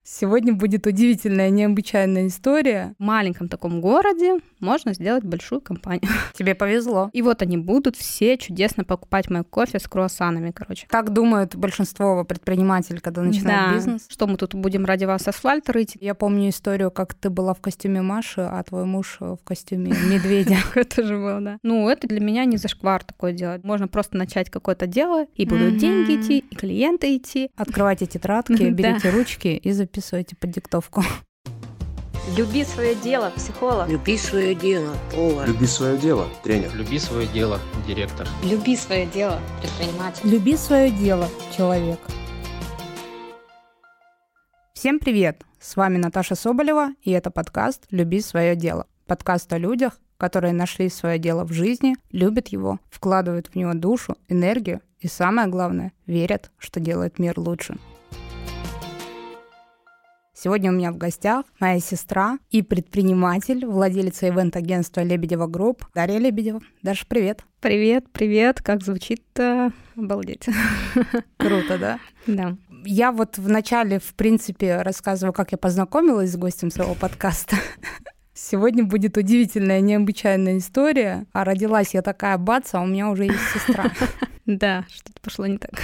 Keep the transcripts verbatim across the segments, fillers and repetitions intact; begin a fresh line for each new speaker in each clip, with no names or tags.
Сегодня будет удивительная, необычайная история.
В маленьком таком городе можно сделать большую компанию.
Тебе повезло.
И вот они будут все чудесно покупать мой кофе с круассанами, короче.
Так думают большинство предпринимателей, когда начинают
да.
бизнес.
Что мы тут будем ради вас асфальт рыть?
Я помню историю, как ты была в костюме Маши, а твой муж в костюме медведя.
Это же было, да. Ну, это для меня не зашквар такое делать. Можно просто начать какое-то дело, и будут деньги идти, и клиенты идти.
Открывайте тетрадки, берите ручки и записывайте. Записывайте под диктовку.
Люби свое дело, психолог.
Люби свое дело, повар.
Люби свое дело, тренер.
Люби свое дело, директор.
Люби свое дело, предприниматель.
Люби свое дело, человек. Всем привет! С вами Наташа Соболева, и это подкаст «Люби свое дело». Подкаст о людях, которые нашли свое дело в жизни, любят его, вкладывают в него душу, энергию и, самое главное, верят, что делает мир лучше. Сегодня у меня в гостях моя сестра и предприниматель, владелица ивент-агентства «Лебедева Групп» Дарья Лебедева. Даша, привет.
Привет, привет. Как звучит-то? Обалдеть.
Круто, да?
Да.
Я вот вначале, в принципе, рассказываю, как я познакомилась с гостем своего подкаста. Сегодня будет удивительная, необычайная история. А родилась я такая, бац, а у меня уже есть сестра.
Да, что-то пошло не так.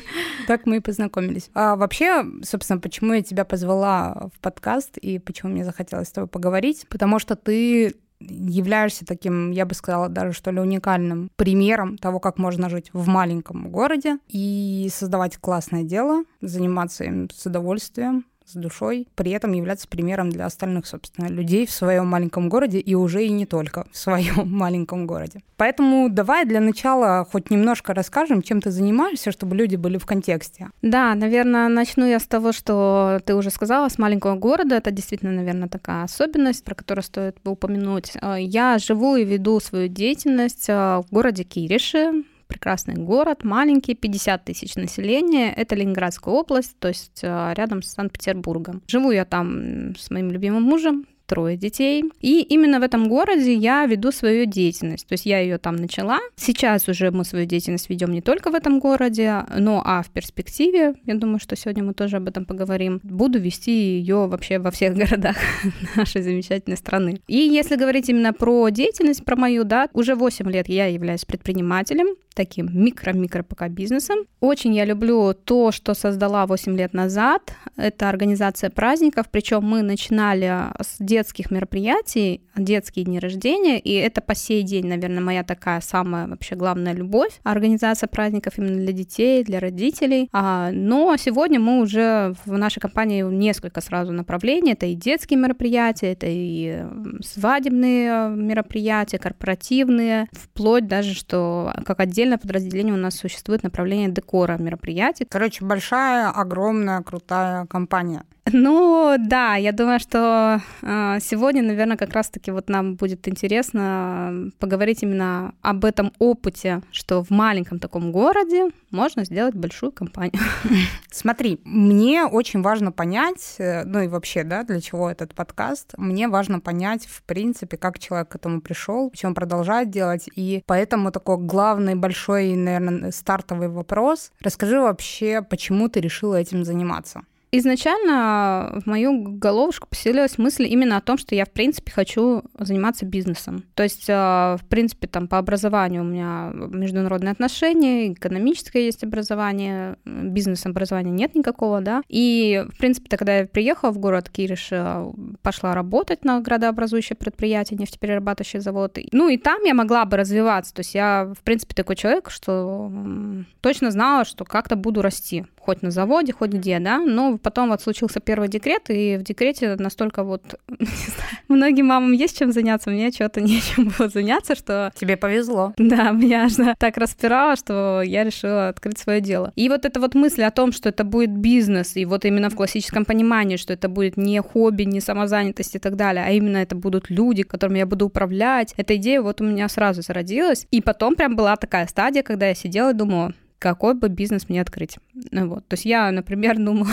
Так мы и познакомились. А вообще, собственно, почему я тебя позвала в подкаст и почему мне захотелось с тобой поговорить? Потому что ты являешься таким, я бы сказала, даже что ли уникальным примером того, как можно жить в маленьком городе и создавать классное дело, заниматься им с удовольствием, с душой, при этом являться примером для остальных, собственно, людей в своем маленьком городе и уже и не только в своем маленьком городе. Поэтому давай для начала хоть немножко расскажем, чем ты занимаешься, чтобы люди были в контексте.
Да, наверное, начну я с того, что ты уже сказала, с маленького города. Это действительно, наверное, такая особенность, про которую стоит упомянуть. Я живу и веду свою деятельность в городе Кириши. Прекрасный город, маленький, пятьдесят тысяч населения. Это Ленинградская область, то есть рядом с Санкт-Петербургом. Живу я там с моим любимым мужем, трое детей. И именно в этом городе я веду свою деятельность. То есть я ее там начала. Сейчас уже мы свою деятельность ведем не только в этом городе, но а в перспективе, я думаю, что сегодня мы тоже об этом поговорим, буду вести ее вообще во всех городах нашей замечательной страны. И если говорить именно про деятельность, про мою, да, уже восемь лет я являюсь предпринимателем, таким микро-микро пока бизнесом. Очень я люблю то, что создала восемь лет назад. Это организация праздников, причем мы начинали с детских мероприятий, детские дни рождения, и это по сей день, наверное, моя такая самая вообще главная любовь. Организация праздников именно для детей, для родителей. А, но сегодня мы уже в нашей компании несколько сразу направлений. Это и детские мероприятия, это и свадебные мероприятия, корпоративные, вплоть даже, что как отдельное подразделение у нас существует направление декора мероприятий.
Короче, большая, огромная, крутая компания.
Ну, да, я думаю, что э, сегодня, наверное, как раз-таки вот нам будет интересно поговорить именно об этом опыте, что в маленьком таком городе можно сделать большую компанию.
Смотри, мне очень важно понять, ну и вообще, да, для чего этот подкаст, мне важно понять, в принципе, как человек к этому пришел, почему он продолжает делать, и поэтому такой главный, большой, наверное, стартовый вопрос. Расскажи вообще, почему ты решила этим заниматься?
Изначально в мою головушку поселилась мысль именно о том, что я, в принципе, хочу заниматься бизнесом. То есть, в принципе, там по образованию у меня международные отношения, экономическое есть образование, бизнес-образования нет никакого, да. И, в принципе, когда я приехала в город Кириш, пошла работать на градообразующее предприятие, нефтеперерабатывающий завод. Ну, и там я могла бы развиваться. То есть я, в принципе, такой человек, что точно знала, что как-то буду расти. Хоть на заводе, хоть где, да, но потом вот случился первый декрет, и в декрете настолько вот, не знаю, многим мамам есть чем заняться, мне что-то нечем было заняться, что...
Тебе повезло.
Да, меня аж так распирало, что я решила открыть свое дело. И вот эта вот мысль о том, что это будет бизнес, и вот именно в классическом понимании, что это будет не хобби, не самозанятость и так далее, а именно это будут люди, которыми я буду управлять, эта идея вот у меня сразу зародилась. И потом прям была такая стадия, когда я сидела и думала, какой бы бизнес мне открыть. Вот. То есть я, например, думала,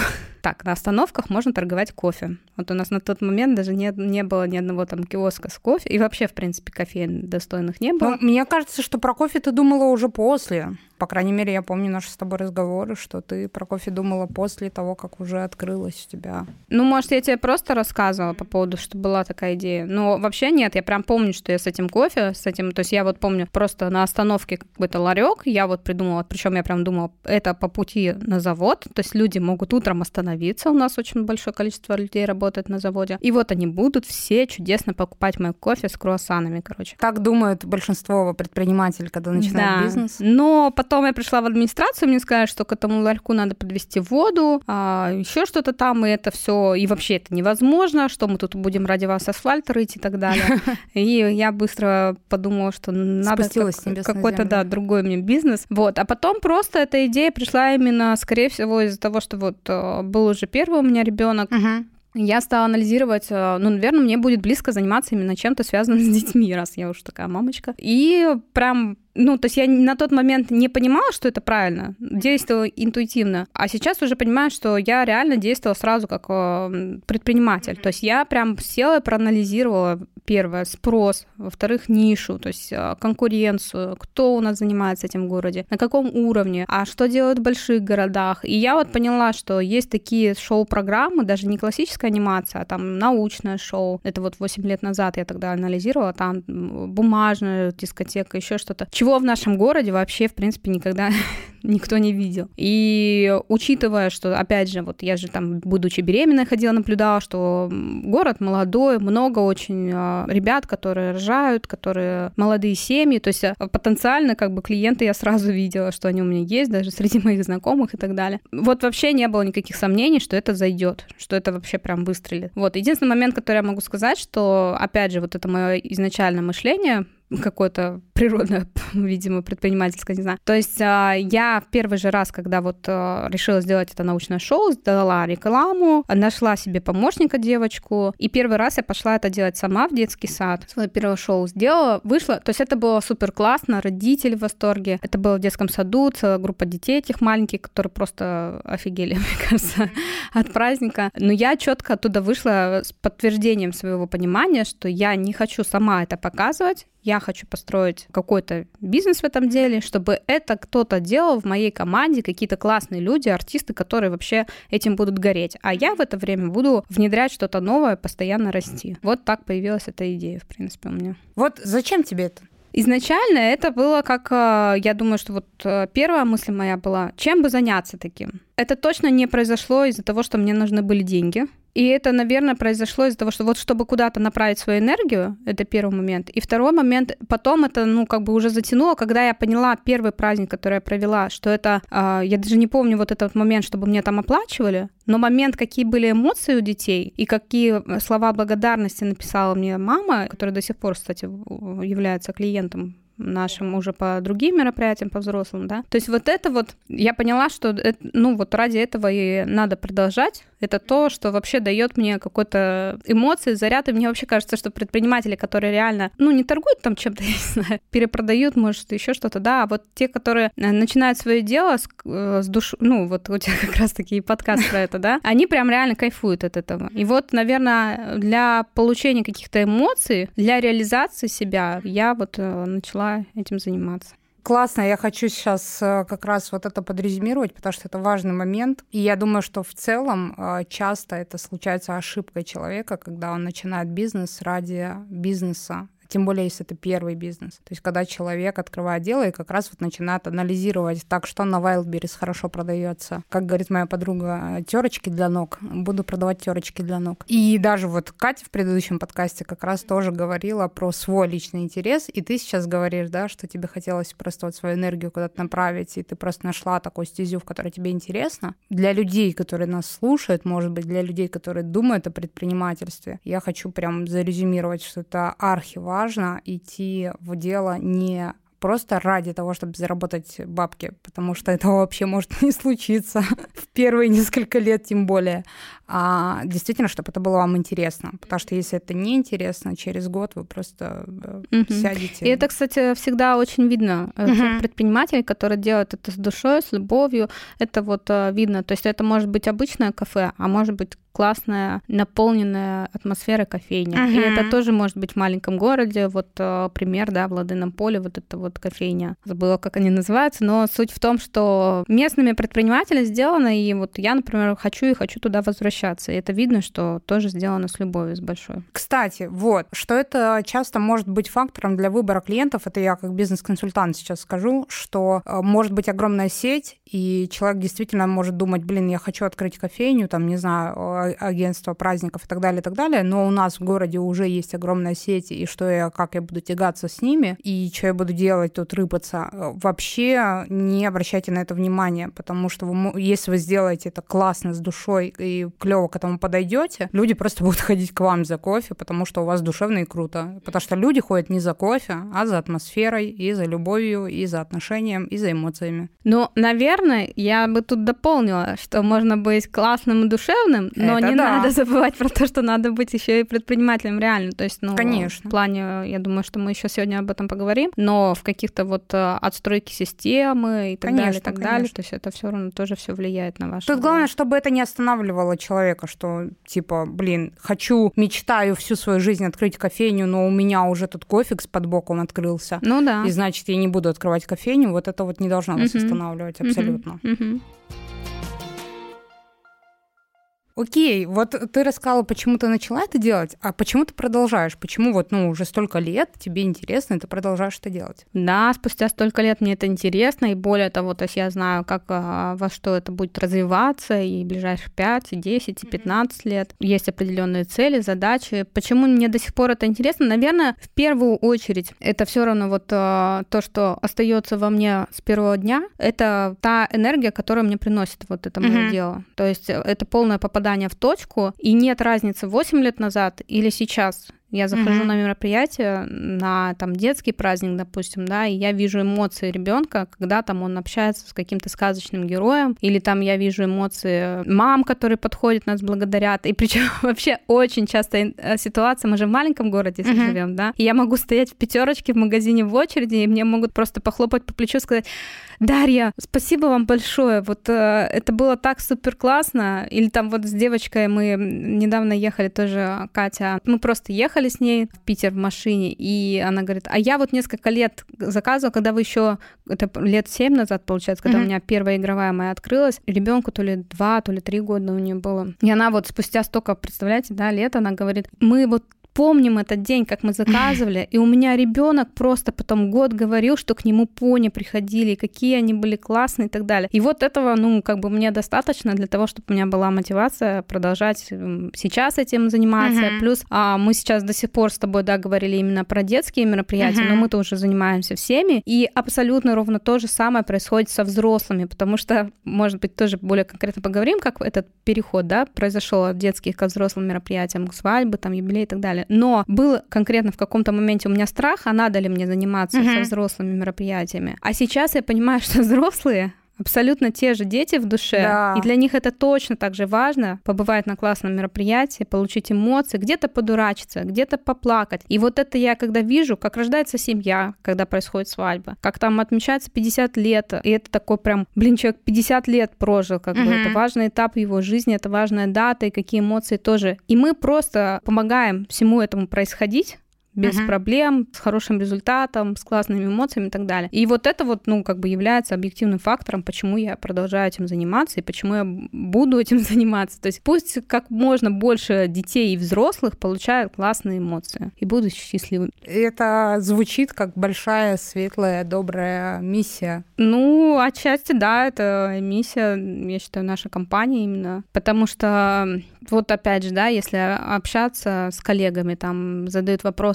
так, на остановках можно торговать кофе. Вот у нас на тот момент даже не, не было ни одного там киоска с кофе, и вообще, в принципе, кофеин достойных не было.
Ну, мне кажется, что про кофе ты думала уже после. По крайней мере, я помню наши с тобой разговоры, что ты про кофе думала после того, как уже открылась у тебя.
Ну, может, я тебе просто рассказывала по поводу, что была такая идея. Но вообще нет, я прям помню, что я с этим кофе, с этим, то есть я вот помню просто на остановке какой-то ларек, я вот придумала, причем я прям думала, это по пути на завод, то есть люди могут утром остановиться, у нас очень большое количество людей работает на заводе, и вот они будут все чудесно покупать мой кофе с круассанами, короче.
Так думают большинство предпринимателей, когда начинают
да.
бизнес.
Но потом я пришла в администрацию, мне сказали, что к этому ларьку надо подвести воду, а еще что-то там, и это все, и вообще это невозможно, что мы тут будем ради вас асфальт рыть и так далее. И я быстро подумала, что надо как, какой-то, да, другой мне бизнес. Вот. А потом просто эта идея пришла именно, скорее всего, из-за того, что вот был уже первый у меня ребенок.
Uh-huh.
Я стала анализировать, ну, наверное, мне будет близко заниматься именно чем-то связанным с детьми, раз я уж такая мамочка. И прям, ну, то есть я на тот момент не понимала, что это правильно, действовала интуитивно, а сейчас уже понимаю, что я реально действовала сразу как предприниматель. То есть я прям села и проанализировала, первое, спрос, во-вторых, нишу, то есть конкуренцию, кто у нас занимается этим в городе, на каком уровне, а что делают в больших городах. И я вот поняла, что есть такие шоу-программы, даже не классическая анимация, а там научное шоу. Это вот восемь лет назад я тогда анализировала, там бумажная дискотека, еще что-то. Чего в нашем городе вообще, в принципе, никогда никто не видел. И учитывая, что, опять же, вот я же там, будучи беременной, ходила, наблюдала, что город молодой, много очень ребят, которые рожают, которые молодые семьи, то есть потенциально как бы клиенты я сразу видела, что они у меня есть, даже среди моих знакомых и так далее. Вот вообще не было никаких сомнений, что это зайдет, что это вообще прям выстрелит. Вот, единственный момент, который я могу сказать, что, опять же, вот это мое изначальное мышление, какое-то природное, видимо, предпринимательское, не знаю. То есть я в первый же раз, когда вот решила сделать это научное шоу, сделала рекламу, нашла себе помощника, девочку, и первый раз я пошла это делать сама в детский сад. Свое первое шоу сделала, вышла, то есть это было супер классно, родители в восторге. Это было в детском саду, целая группа детей этих маленьких, которые просто офигели, мне кажется, от праздника. Но я четко оттуда вышла с подтверждением своего понимания, что я не хочу сама это показывать, я хочу построить какой-то бизнес в этом деле, чтобы это кто-то делал в моей команде, какие-то классные люди, артисты, которые вообще этим будут гореть. А я в это время буду внедрять что-то новое, постоянно расти. Вот так появилась эта идея, в принципе, у меня.
Вот зачем тебе это?
Изначально это было как, я думаю, что вот первая мысль моя была, чем бы заняться таким. Это точно не произошло из-за того, что мне нужны были деньги. И это, наверное, произошло из-за того, что вот чтобы куда-то направить свою энергию, это первый момент. И второй момент, потом это, ну, как бы уже затянуло, когда я поняла первый праздник, который я провела, что это, э, я даже не помню вот этот момент, чтобы мне там оплачивали, но момент, какие были эмоции у детей и какие слова благодарности написала мне мама, которая до сих пор, кстати, является клиентом нашим уже по другим мероприятиям, по взрослым, да. То есть вот это вот, я поняла, что, это, ну, вот ради этого и надо продолжать. Это то, что вообще дает мне какой-то эмоции, заряд. И мне вообще кажется, что предприниматели, которые реально, ну, не торгуют там чем-то, я не знаю, перепродают, может, еще что-то, да, а вот те, которые начинают свое дело с, с душ... ну, вот у тебя как раз-таки подкаст про это, да, они прям реально кайфуют от этого. И вот, наверное, для получения каких-то эмоций, для реализации себя я вот начала этим заниматься.
Классно, я хочу сейчас как раз вот это подрезюмировать, потому что это важный момент. И я думаю, что в целом часто это случается ошибкой человека, когда он начинает бизнес ради бизнеса. Тем более, если это первый бизнес. То есть, когда человек открывает дело и как раз вот начинает анализировать, так, что на Wildberries хорошо продается. Как говорит моя подруга, терочки для ног. Буду продавать терочки для ног. И даже вот Катя в предыдущем подкасте как раз тоже говорила про свой личный интерес. И ты сейчас говоришь, да, что тебе хотелось просто вот свою энергию куда-то направить, и ты просто нашла такую стезю, в которой тебе интересно. Для людей, которые нас слушают, может быть, для людей, которые думают о предпринимательстве, я хочу прям зарезюмировать, что это архиважно. Важно идти в дело не просто ради того, чтобы заработать бабки, потому что этого вообще может не случиться в первые несколько лет тем более. А действительно, чтобы это было вам интересно, потому что если это не интересно, через год вы просто uh-huh. сядете.
И это, кстати, всегда очень видно uh-huh. тех предпринимателей, которые делают это с душой, с любовью. Это вот видно. То есть это может быть обычное кафе, а может быть классная, наполненная атмосфера кофейня. Uh-huh. И это тоже может быть в маленьком городе. Вот пример, да, в Ладынном поле, вот эта вот кофейня. Забыла, как они называются, но суть в том, что местными предпринимателями сделано, и вот я, например, хочу и хочу туда возвращаться. И это видно, что тоже сделано с любовью, с большой.
Кстати, вот, что это часто может быть фактором для выбора клиентов, это я как бизнес-консультант сейчас скажу, что может быть огромная сеть, и человек действительно может думать, блин, я хочу открыть кофейню, там, не знаю, агентство праздников и так далее, и так далее, но у нас в городе уже есть огромная сеть, и что я, как я буду тягаться с ними, и что я буду делать, тут рыпаться. Вообще не обращайте на это внимание, потому что вы, если вы сделаете это классно, с душой и клево к этому подойдете, люди просто будут ходить к вам за кофе, потому что у вас душевно и круто. Потому что люди ходят не за кофе, а за атмосферой, и за любовью, и за отношением, и за эмоциями.
Ну, наверное, я бы тут дополнила, что можно быть классным и душевным, но
это
не
да.
надо забывать про то, что надо быть еще и предпринимателем реально. То есть, ну,
конечно.
В плане, я думаю, что мы еще сегодня об этом поговорим, но в каких-то вот отстройки системы и так
конечно,
далее, и так
конечно.
далее, то есть это все равно тоже все влияет на ваше.
Тут главное, чтобы это не останавливало человека, что типа, блин, хочу, мечтаю всю свою жизнь открыть кофейню, но у меня уже тут кофекс под боком открылся.
Ну да.
И значит, я не буду открывать кофейню. Вот это вот не должно вас uh-huh. останавливать абсолютно.
Uh-huh. Uh-huh.
Окей, вот ты рассказала, почему ты начала это делать, а почему ты продолжаешь? Почему вот, ну, уже столько лет тебе интересно, и ты продолжаешь это делать?
Да, спустя столько лет мне это интересно, и более того, то есть я знаю, как, во что это будет развиваться, и ближайшие пять, и десять, и пятнадцать лет. Есть определенные цели, задачи. Почему мне до сих пор это интересно? Наверное, в первую очередь, это все равно вот то, что остается во мне с первого дня, это та энергия, которая мне приносит вот это мое mm-hmm. дело. То есть это полное попадание в точку, и нет разницы восемь лет назад или сейчас. Я захожу uh-huh. на мероприятие, на там детский праздник, допустим, да, и я вижу эмоции ребенка, когда там он общается с каким-то сказочным героем, или там я вижу эмоции мам, которые подходят, нас благодарят. И причем вообще очень частая ситуация, мы же в маленьком городе uh-huh. живем, да, и я могу стоять в пятерочке в магазине в очереди, и мне могут просто похлопать по плечу, сказать: Дарья, спасибо вам большое, вот э, это было так супер классно. Или там вот с девочкой мы недавно ехали тоже, Катя, мы просто ехали с ней в Питер в машине, и она говорит: а я вот несколько лет заказывала, когда вы еще, это лет семь назад, получается, когда mm-hmm. у меня первая игровая моя открылась, ребенку то ли два, то ли три года у нее было. И она вот спустя столько, представляете, да, лет, она говорит: мы вот помним этот день, как мы заказывали, и у меня ребенок просто потом год говорил, что к нему пони приходили, какие они были классные и так далее. И вот этого, ну, как бы мне достаточно для того, чтобы у меня была мотивация продолжать сейчас этим заниматься. Uh-huh. Плюс а, мы сейчас до сих пор с тобой, да, говорили именно про детские мероприятия, uh-huh. но мы-то уже занимаемся всеми, и абсолютно ровно то же самое происходит со взрослыми, потому что, может быть, тоже более конкретно поговорим, как этот переход, да, произошел от детских к взрослым мероприятиям, к свадьбе, там, юбилей и так далее. Но был конкретно в каком-то моменте у меня страх, а надо ли мне заниматься uh-huh. со взрослыми мероприятиями. А сейчас я понимаю, что взрослые абсолютно те же дети в душе,
да.
и для них это точно так же важно, побывать на классном мероприятии, получить эмоции, где-то подурачиться, где-то поплакать. И вот это я когда вижу, как рождается семья, когда происходит свадьба, как там отмечается пятьдесят лет, и это такой прям, блин, человек пятьдесят лет прожил, как mm-hmm. бы это важный этап его жизни, это важная дата, и какие эмоции тоже. И мы просто помогаем всему этому происходить, без uh-huh. проблем, с хорошим результатом, с классными эмоциями и так далее. И вот это вот, ну, как бы является объективным фактором, почему я продолжаю этим заниматься и почему я буду этим заниматься. То есть пусть как можно больше детей и взрослых получают классные эмоции и будут счастливы.
Это звучит как большая, светлая, добрая миссия.
Ну, отчасти, да, это миссия, я считаю, нашей компании именно. Потому что вот опять же, да, если общаться с коллегами, там задают вопросы,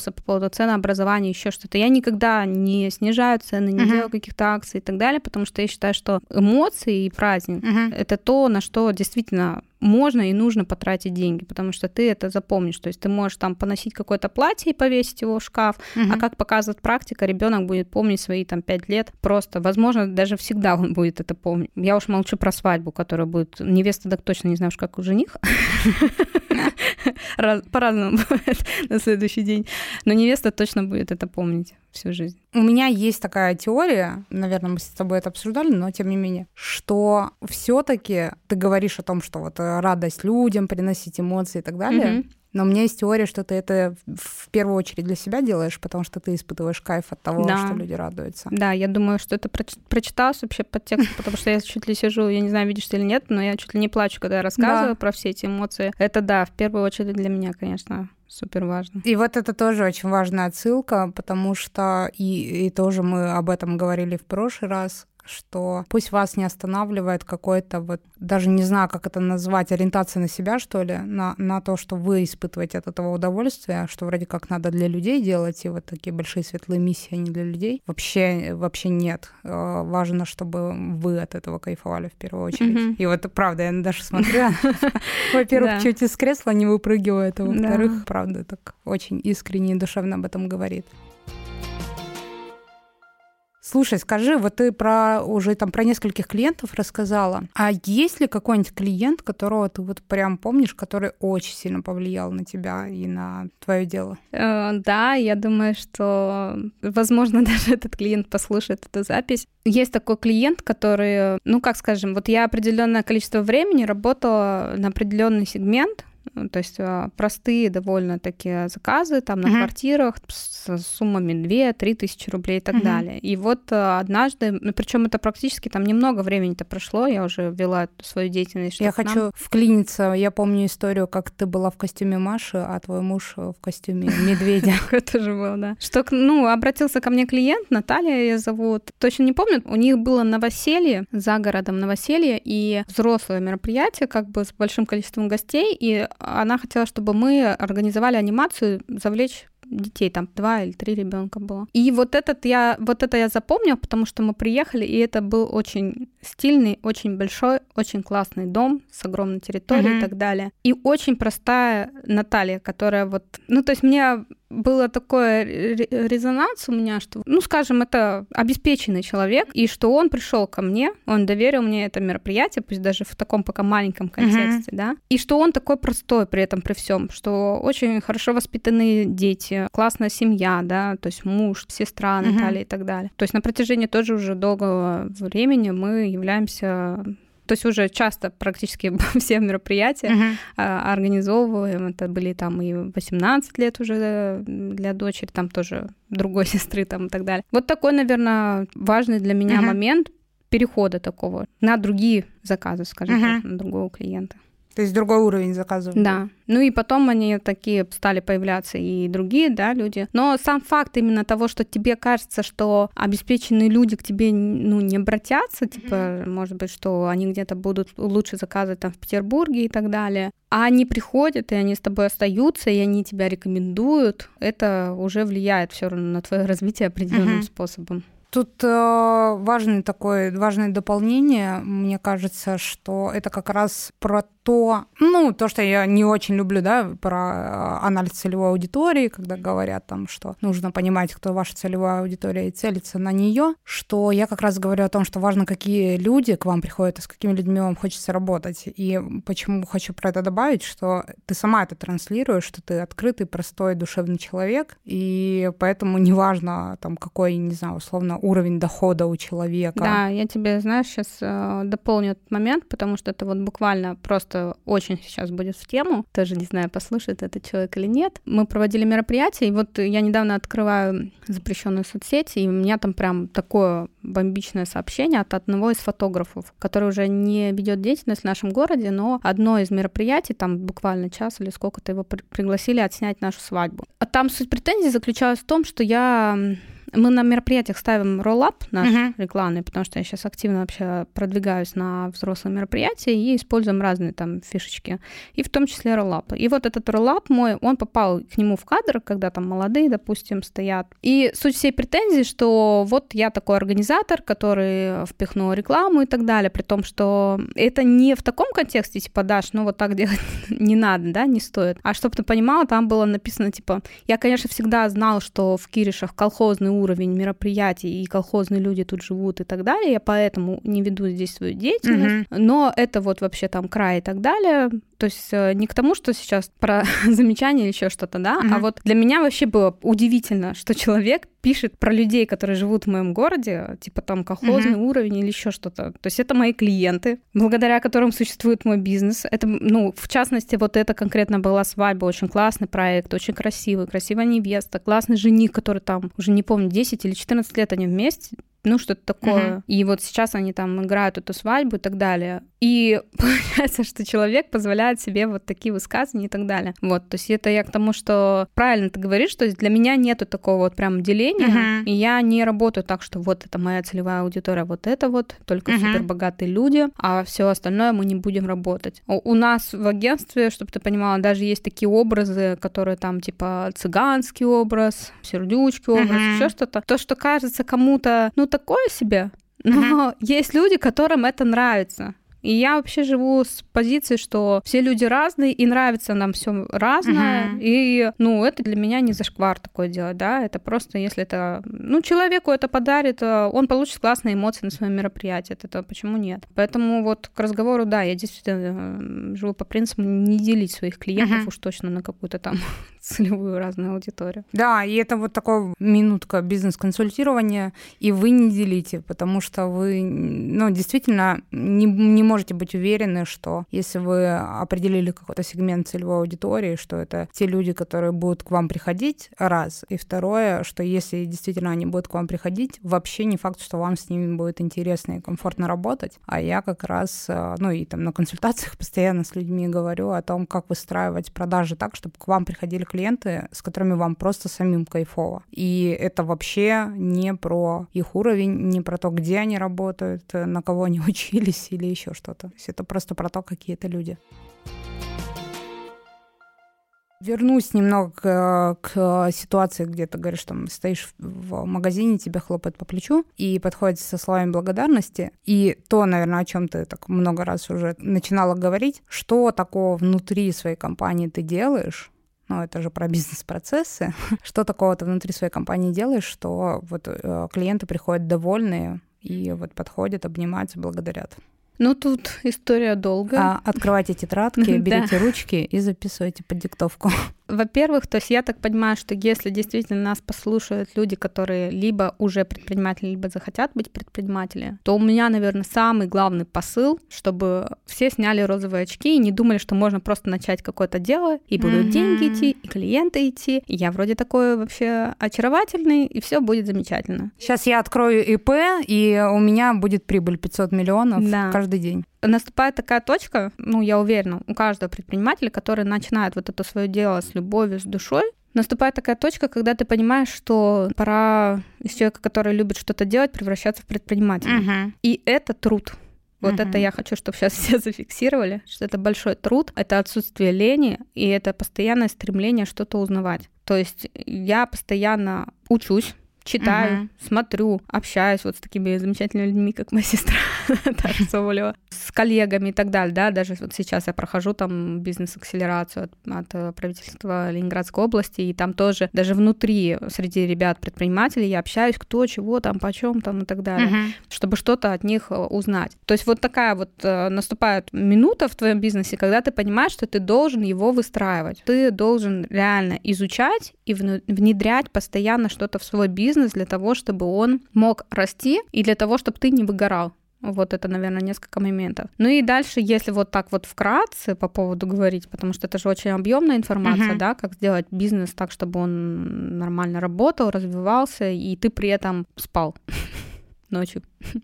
вопросы по поводу ценообразования, еще что-то. Я никогда не снижаю цены, не uh-huh. делаю каких-то акций и так далее, потому что я считаю, что эмоции и праздник uh-huh. — это то, на что действительно можно и нужно потратить деньги, потому что ты это запомнишь. То есть ты можешь там поносить какое-то платье и повесить его в шкаф, uh-huh. а как показывает практика, ребенок будет помнить свои там пять лет просто. Возможно, даже всегда он будет это помнить. Я уж молчу про свадьбу, которая будет... Невеста так точно не знаешь, как у жених. По-разному бывает на следующий день. Но невеста точно будет это помнить всю жизнь.
У меня есть такая теория, наверное, мы с тобой это обсуждали, но тем не менее, что все-таки ты говоришь о том, что вот радость людям, приносить эмоции и так далее. Mm-hmm. Но у меня есть теория, что ты это в первую очередь для себя делаешь, потому что ты испытываешь кайф от того, да. что люди радуются.
Да, я думаю, что это прочиталось вообще под текст, потому что я чуть ли сижу, я не знаю, видишь ты или нет, но я чуть ли не плачу, когда я рассказываю да. про все эти эмоции. Это да, в первую очередь для меня, конечно, супер важно.
И вот это тоже очень важная отсылка, потому что и, и тоже мы об этом говорили в прошлый раз, что пусть вас не останавливает какой-то вот, даже не знаю, как это назвать, ориентация на себя, что ли, на, на то, что вы испытываете от этого удовольствие, что вроде как надо для людей делать, и вот такие большие светлые миссии, они для людей. Вообще, вообще нет. Важно, чтобы вы от этого кайфовали в первую очередь. Mm-hmm. И вот правда, я даже смотрю, во-первых, чуть из кресла не выпрыгивает, а во-вторых, правда, так очень искренне и душевно об этом говорит. Слушай, скажи, вот ты про уже там про нескольких клиентов рассказала. А есть ли какой-нибудь клиент, которого ты вот прям помнишь, который очень сильно повлиял на тебя и на твое дело?
Э, да, я думаю, что, возможно, даже этот клиент послушает эту запись. Есть такой клиент, который, ну, как скажем, вот я определенное количество времени работала на определенный сегмент. То есть простые довольно такие заказы там на uh-huh. квартирах с суммами две-три тысячи рублей и так uh-huh. далее. И вот однажды, ну, причем это практически там немного времени-то прошло, я уже вела свою деятельность.
Я хочу нам... вклиниться. Я помню историю, как ты была в костюме Маши, а твой муж в костюме медведя.
Это же было, да. Что, ну, обратился ко мне клиент, Наталья ее зовут. Точно не помню, у них было новоселье, за городом новоселье, и взрослое мероприятие, как бы с большим количеством гостей, и она хотела, чтобы мы организовали анимацию, завлечь детей, там два или три ребенка было. И вот этот я, вот это я запомнила, потому что мы приехали, и это был очень стильный, очень большой, очень классный дом с огромной территорией uh-huh. и так далее. И очень простая Наталья, которая вот, ну то есть мне было такой резонанс у меня, что, ну, скажем, это обеспеченный человек, и что он пришел ко мне, он доверил мне это мероприятие, пусть даже в таком пока маленьком контексте, uh-huh. да, и что он такой простой при этом, при всем, что очень хорошо воспитанные дети, классная семья, да, то есть муж, сестра Наталья uh-huh. и так далее. То есть на протяжении тоже уже долгого времени мы являемся... То есть уже часто практически все мероприятия uh-huh. а, организовываем. Это были там и восемнадцать лет уже для дочери, там тоже другой сестры там и так далее. Вот такой, наверное, важный для меня uh-huh. момент перехода такого на другие заказы, скажем uh-huh. так, на другого клиента.
То есть другой уровень заказывают.
Да. Ну и потом они такие стали появляться и другие, да, люди. Но сам факт именно того, что тебе кажется, что обеспеченные люди к тебе, ну, не обратятся, типа, mm-hmm. может быть, что они где-то будут лучше заказывать там в Петербурге и так далее, а они приходят, и они с тобой остаются, и они тебя рекомендуют, это уже влияет все равно на твое развитие определенным mm-hmm. способом.
Тут э, важный такое, важное дополнение, мне кажется, что это как раз про то, ну, то, что я не очень люблю, да, про анализ целевой аудитории, когда говорят там, что нужно понимать, кто ваша целевая аудитория, и целиться на нее, что я как раз говорю о том, что важно, какие люди к вам приходят, и с какими людьми вам хочется работать. И почему хочу про это добавить, что ты сама это транслируешь, что ты открытый, простой, душевный человек, и поэтому неважно, там, какой, не знаю, условно, уровень дохода у человека.
Да, я тебе, знаешь, сейчас э, дополню этот момент, потому что это вот буквально просто очень сейчас будет в тему. Тоже не знаю, послушает этот человек или нет. Мы проводили мероприятие, и вот я недавно открываю запрещенную соцсеть, и у меня там прям такое бомбичное сообщение от одного из фотографов, который уже не ведет деятельность в нашем городе, но одно из мероприятий, там буквально час или сколько-то его при- пригласили отснять нашу свадьбу. А там суть претензий заключалась в том, что я Мы на мероприятиях ставим роллап наш
Мгм.
рекламный, потому что я сейчас активно вообще продвигаюсь на взрослые мероприятия и используем разные там фишечки, и в том числе роллапы. И вот этот роллап мой, он попал к нему в кадр, когда там молодые, допустим, стоят. И суть всей претензии, что вот я такой организатор, который впихнул рекламу и так далее, при том, что это не в таком контексте, типа, Даш, ну вот так делать не надо, да, не стоит. А чтобы ты понимала, там было написано, типа, я, конечно, всегда знал, что в Киришах колхозный уровень мероприятий и колхозные люди тут живут и так далее, я поэтому не веду здесь свою деятельность,
Мгм.
но это вот вообще там край и так далее. То есть э, не к тому, что сейчас про замечание или еще что-то, да,
Мгм.
а вот для меня вообще было удивительно, что человек пишет про людей, которые живут в моем городе, типа там колхозный
Мгм.
уровень или еще что-то. То есть это мои клиенты, благодаря которым существует мой бизнес. Это, ну, в частности, вот это конкретно была свадьба, очень классный проект, очень красивый, красивая невеста, классный жених, который там, уже не помню, десять или четырнадцать лет они вместе, ну, что-то такое.
Мгм.
И вот сейчас они там играют эту свадьбу и так далее. И получается, что человек позволяет себе вот такие высказывания и так далее. Вот, то есть это я к тому, что правильно ты говоришь, что для меня нету такого вот прям деления,
Мгм.
и я не работаю так, что вот это моя целевая аудитория, вот это вот, только
Мгм.
супербогатые люди, а все остальное мы не будем работать. У у нас в агентстве, чтобы ты понимала, даже есть такие образы, которые там типа цыганский образ, сердючки образ,
Мгм.
еще что-то. То, что кажется кому-то, ну, такое себе, но есть люди, которым это нравится. И я вообще живу с позиции, что все люди разные, и нравится нам все разное.
Мгм.
И, ну, это для меня не зашквар такое делать, да. Это просто, если это, ну, человеку это подарит, он получит классные эмоции на своем мероприятии. Это, это почему нет? Поэтому вот к разговору, да, я действительно живу по принципу не делить своих клиентов
Мгм.
уж точно на какую-то там целевую разную аудиторию.
Да, и это вот такая минутка бизнес-консультирования, и вы не делите, потому что вы, ну, действительно не, не можете быть уверены, что если вы определили какой-то сегмент целевой аудитории, что это те люди, которые будут к вам приходить, раз, и второе, что если действительно они будут к вам приходить, вообще не факт, что вам с ними будет интересно и комфортно работать, а я как раз, ну, и там на консультациях постоянно с людьми говорю о том, как выстраивать продажи так, чтобы к вам приходили клиенты, с которыми вам просто самим кайфово. И это вообще не про их уровень, не про то, где они работают, на кого они учились или еще что-то. То есть это просто про то, какие это люди. Вернусь немного к, к ситуации, где ты говоришь, там, стоишь в магазине, тебя хлопают по плечу и подходят со словами благодарности. И то, наверное, о чем ты так много раз уже начинала говорить, что такого внутри своей компании ты делаешь, ну, это же про бизнес-процессы, что такого ты внутри своей компании делаешь, что вот э, клиенты приходят довольные и вот подходят, обнимаются, благодарят.
Ну, тут история долгая.
А, открывайте тетрадки, берите ручки и записывайте под диктовку.
Во-первых, то есть я так понимаю, что если действительно нас послушают люди, которые либо уже предприниматели, либо захотят быть предпринимателями, то у меня, наверное, самый главный посыл, чтобы все сняли розовые очки и не думали, что можно просто начать какое-то дело, и будут mm-hmm. деньги идти, и клиенты идти. И я вроде такой вообще очаровательный, и все будет замечательно.
Сейчас я открою ИП, и у меня будет прибыль пятьсот миллионов
да.
каждый день.
Наступает такая точка, ну, я уверена, у каждого предпринимателя, который начинает вот это свое дело с любовью, с душой, наступает такая точка, когда ты понимаешь, что пора из человека, который любит что-то делать, превращаться в предпринимателя.
Uh-huh.
И это труд. Вот
uh-huh.
это я хочу, чтобы сейчас все зафиксировали, что это большой труд, это отсутствие лени, и это постоянное стремление что-то узнавать. То есть я постоянно учусь, читаю, uh-huh. смотрю, общаюсь вот с такими замечательными людьми, как моя сестра Таша Соболева, с коллегами и так далее, да, даже вот сейчас я прохожу там бизнес-акселерацию от, от правительства Ленинградской области, и там тоже даже внутри, среди ребят-предпринимателей я общаюсь, кто, чего, там, почем, там и так далее, uh-huh. чтобы что-то от них узнать. То есть вот такая вот наступает минута в твоем бизнесе, когда ты понимаешь, что ты должен его выстраивать, ты должен реально изучать и внедрять постоянно что-то в свой бизнес, для того, чтобы он мог расти и для того, чтобы ты не выгорал. Вот это, наверное, несколько моментов. Ну и дальше, если вот так вот вкратце по поводу говорить, потому что это же очень объемная информация, uh-huh. да, как сделать бизнес так, чтобы он нормально работал, развивался, и ты при этом спал. ночью.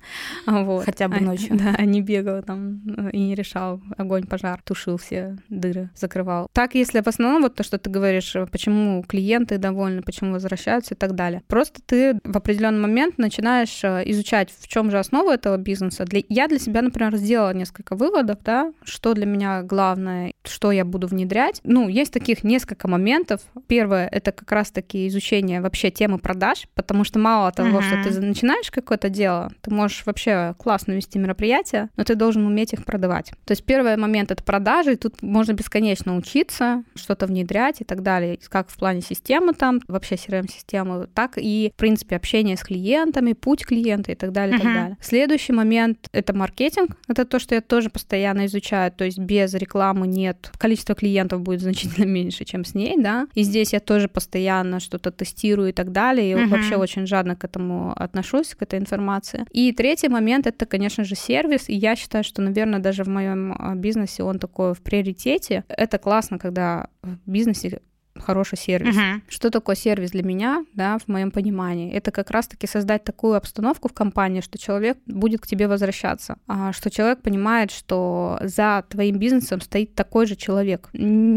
Вот.
Хотя бы ночью.
А, да, не бегал там и не решал огонь, пожар, тушил все дыры, закрывал. Так, если в основном вот то, что ты говоришь, почему клиенты довольны, почему возвращаются и так далее. Просто ты в определенный момент начинаешь изучать, в чем же основа этого бизнеса. Для... Я для себя, например, сделала несколько выводов, да, что для меня главное, что я буду внедрять. Ну, есть таких несколько моментов. Первое — это как раз-таки изучение вообще темы продаж, потому что мало того, uh-huh. что ты начинаешь какое-то дело, ты можешь вообще классно вести мероприятия, но ты должен уметь их продавать. То есть первый момент — это продажи, и тут можно бесконечно учиться, что-то внедрять и так далее, как в плане системы там, вообще си ар эм-системы, так и, в принципе, общение с клиентами, путь клиента и так далее, uh-huh. и так далее. Следующий момент — это маркетинг. Это то, что я тоже постоянно изучаю, то есть без рекламы нет, количество клиентов будет значительно меньше, чем с ней, да, и здесь я тоже постоянно что-то тестирую и так далее, и uh-huh. вообще очень жадно к этому отношусь, к этой информации. И третий момент — это, конечно же, сервис, и я считаю, что, наверное, даже в моем бизнесе он такой в приоритете. Это классно, когда в бизнесе хороший сервис. Uh-huh. Что такое сервис для меня, да, в моем понимании? Это как раз-таки создать такую обстановку в компании, что человек будет к тебе возвращаться, что человек понимает, что за твоим бизнесом стоит такой же человек.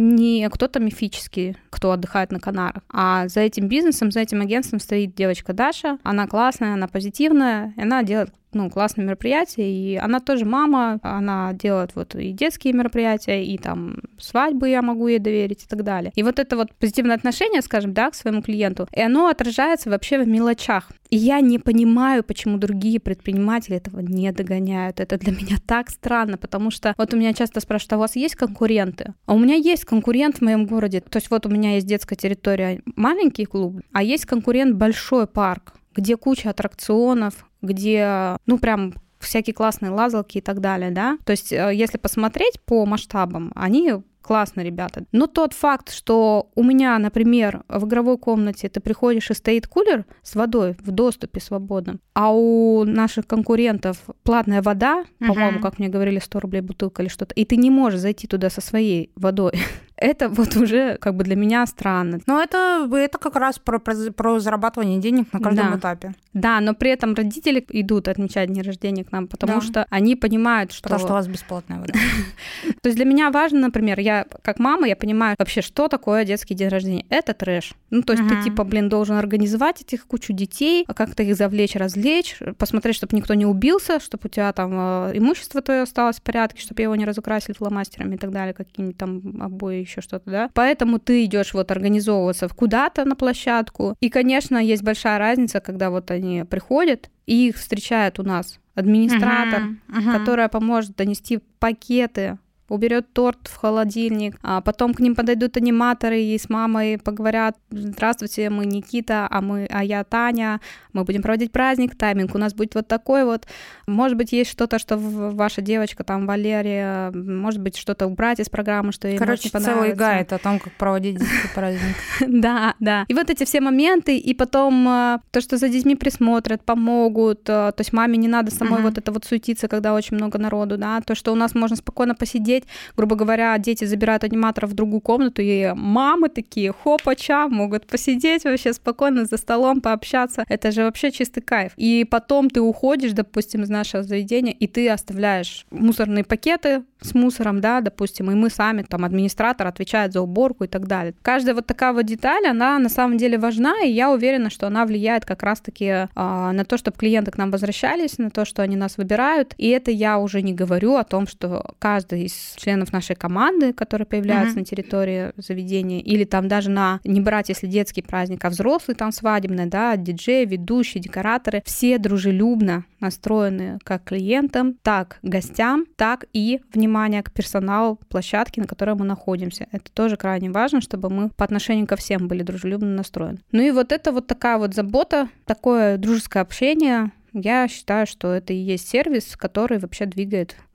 Не кто-то мифический, кто отдыхает на Канарах, а за этим бизнесом, за этим агентством стоит девочка Даша. Она классная, она позитивная, и она делает ну, классное мероприятие, и она тоже мама, она делает вот и детские мероприятия, и там свадьбы я могу ей доверить и так далее. И вот это вот позитивное отношение, скажем, да, к своему клиенту, и оно отражается вообще в мелочах. И я не понимаю, почему другие предприниматели этого не догоняют. Это для меня так странно, потому что вот у меня часто спрашивают, а у вас есть конкуренты? А у меня есть конкурент в моем городе. То есть вот у меня есть детская территория, маленький клуб, а есть конкурент большой парк, где куча аттракционов, где, ну, прям всякие классные лазалки и так далее, да. То есть, если посмотреть по масштабам, они классные ребята. Но тот факт, что у меня, например, в игровой комнате ты приходишь и стоит кулер с водой в доступе свободном, а у наших конкурентов платная вода, uh-huh. по-моему, как мне говорили, сто рублей бутылка или что-то, и ты не можешь зайти туда со своей водой. Это вот уже как бы для меня странно.
Но это, это как раз про, про, про зарабатывание денег на каждом
да.
этапе.
Да, но при этом родители идут отмечать день рождения к нам, потому да. что они понимают, что...
Потому что у вас бесплатная вода.
То есть для меня важно, например, я как мама, я понимаю вообще, что такое детский день рождения. Это трэш. Ну, то есть ты типа, блин, должен организовать этих кучу детей, как-то их завлечь, развлечь, посмотреть, чтобы никто не убился, чтобы у тебя там имущество твое осталось в порядке, чтобы его не разукрасили фломастерами и так далее, какие-нибудь там обои, еще что-то, да. Поэтому ты идешь вот организовываться куда-то на площадку. И, конечно, есть большая разница, когда вот они приходят, и их встречает у нас администратор, uh-huh, uh-huh. которая поможет донести пакеты, уберет торт в холодильник, а потом к ним подойдут аниматоры и с мамой поговорят: здравствуйте, мы Никита, а мы, а я Таня, мы будем проводить праздник, тайминг у нас будет вот такой вот, может быть, есть что-то, что ваша девочка, там, Валерия, может быть, что-то убрать из программы, что ей может не понравится.
Короче, целый гайд о том, как проводить детский праздник.
Да, да. И вот эти все моменты, и потом то, что за детьми присмотрят, помогут, то есть маме не надо самой вот это вот суетиться, когда очень много народу, да, то, что у нас можно спокойно посидеть, грубо говоря, дети забирают аниматоров в другую комнату, и мамы такие, хопача, могут посидеть вообще спокойно за столом, пообщаться. Это же вообще чистый кайф. И потом ты уходишь, допустим, из нашего заведения, и ты оставляешь мусорные пакеты с мусором, да, допустим, и мы сами, там, администратор отвечает за уборку и так далее. Каждая вот такая вот деталь, она на самом деле важна, и я уверена, что она влияет как раз-таки э, на то, чтобы клиенты к нам возвращались, на то, что они нас выбирают. И это я уже не говорю о том, что каждый из членов нашей команды, которые появляются uh-huh. на территории заведения, или там даже на, не брать, если детский праздник, а взрослый там свадебный, да, диджей, ведущие, декораторы, все дружелюбно настроены как к клиентам, так к гостям, так и, внимание, к персоналу площадки, на которой мы находимся. Это тоже крайне важно, чтобы мы по отношению ко всем были дружелюбно настроены. Ну и вот это вот такая вот забота, такое дружеское общение, я считаю, что это и есть сервис, который вообще двигает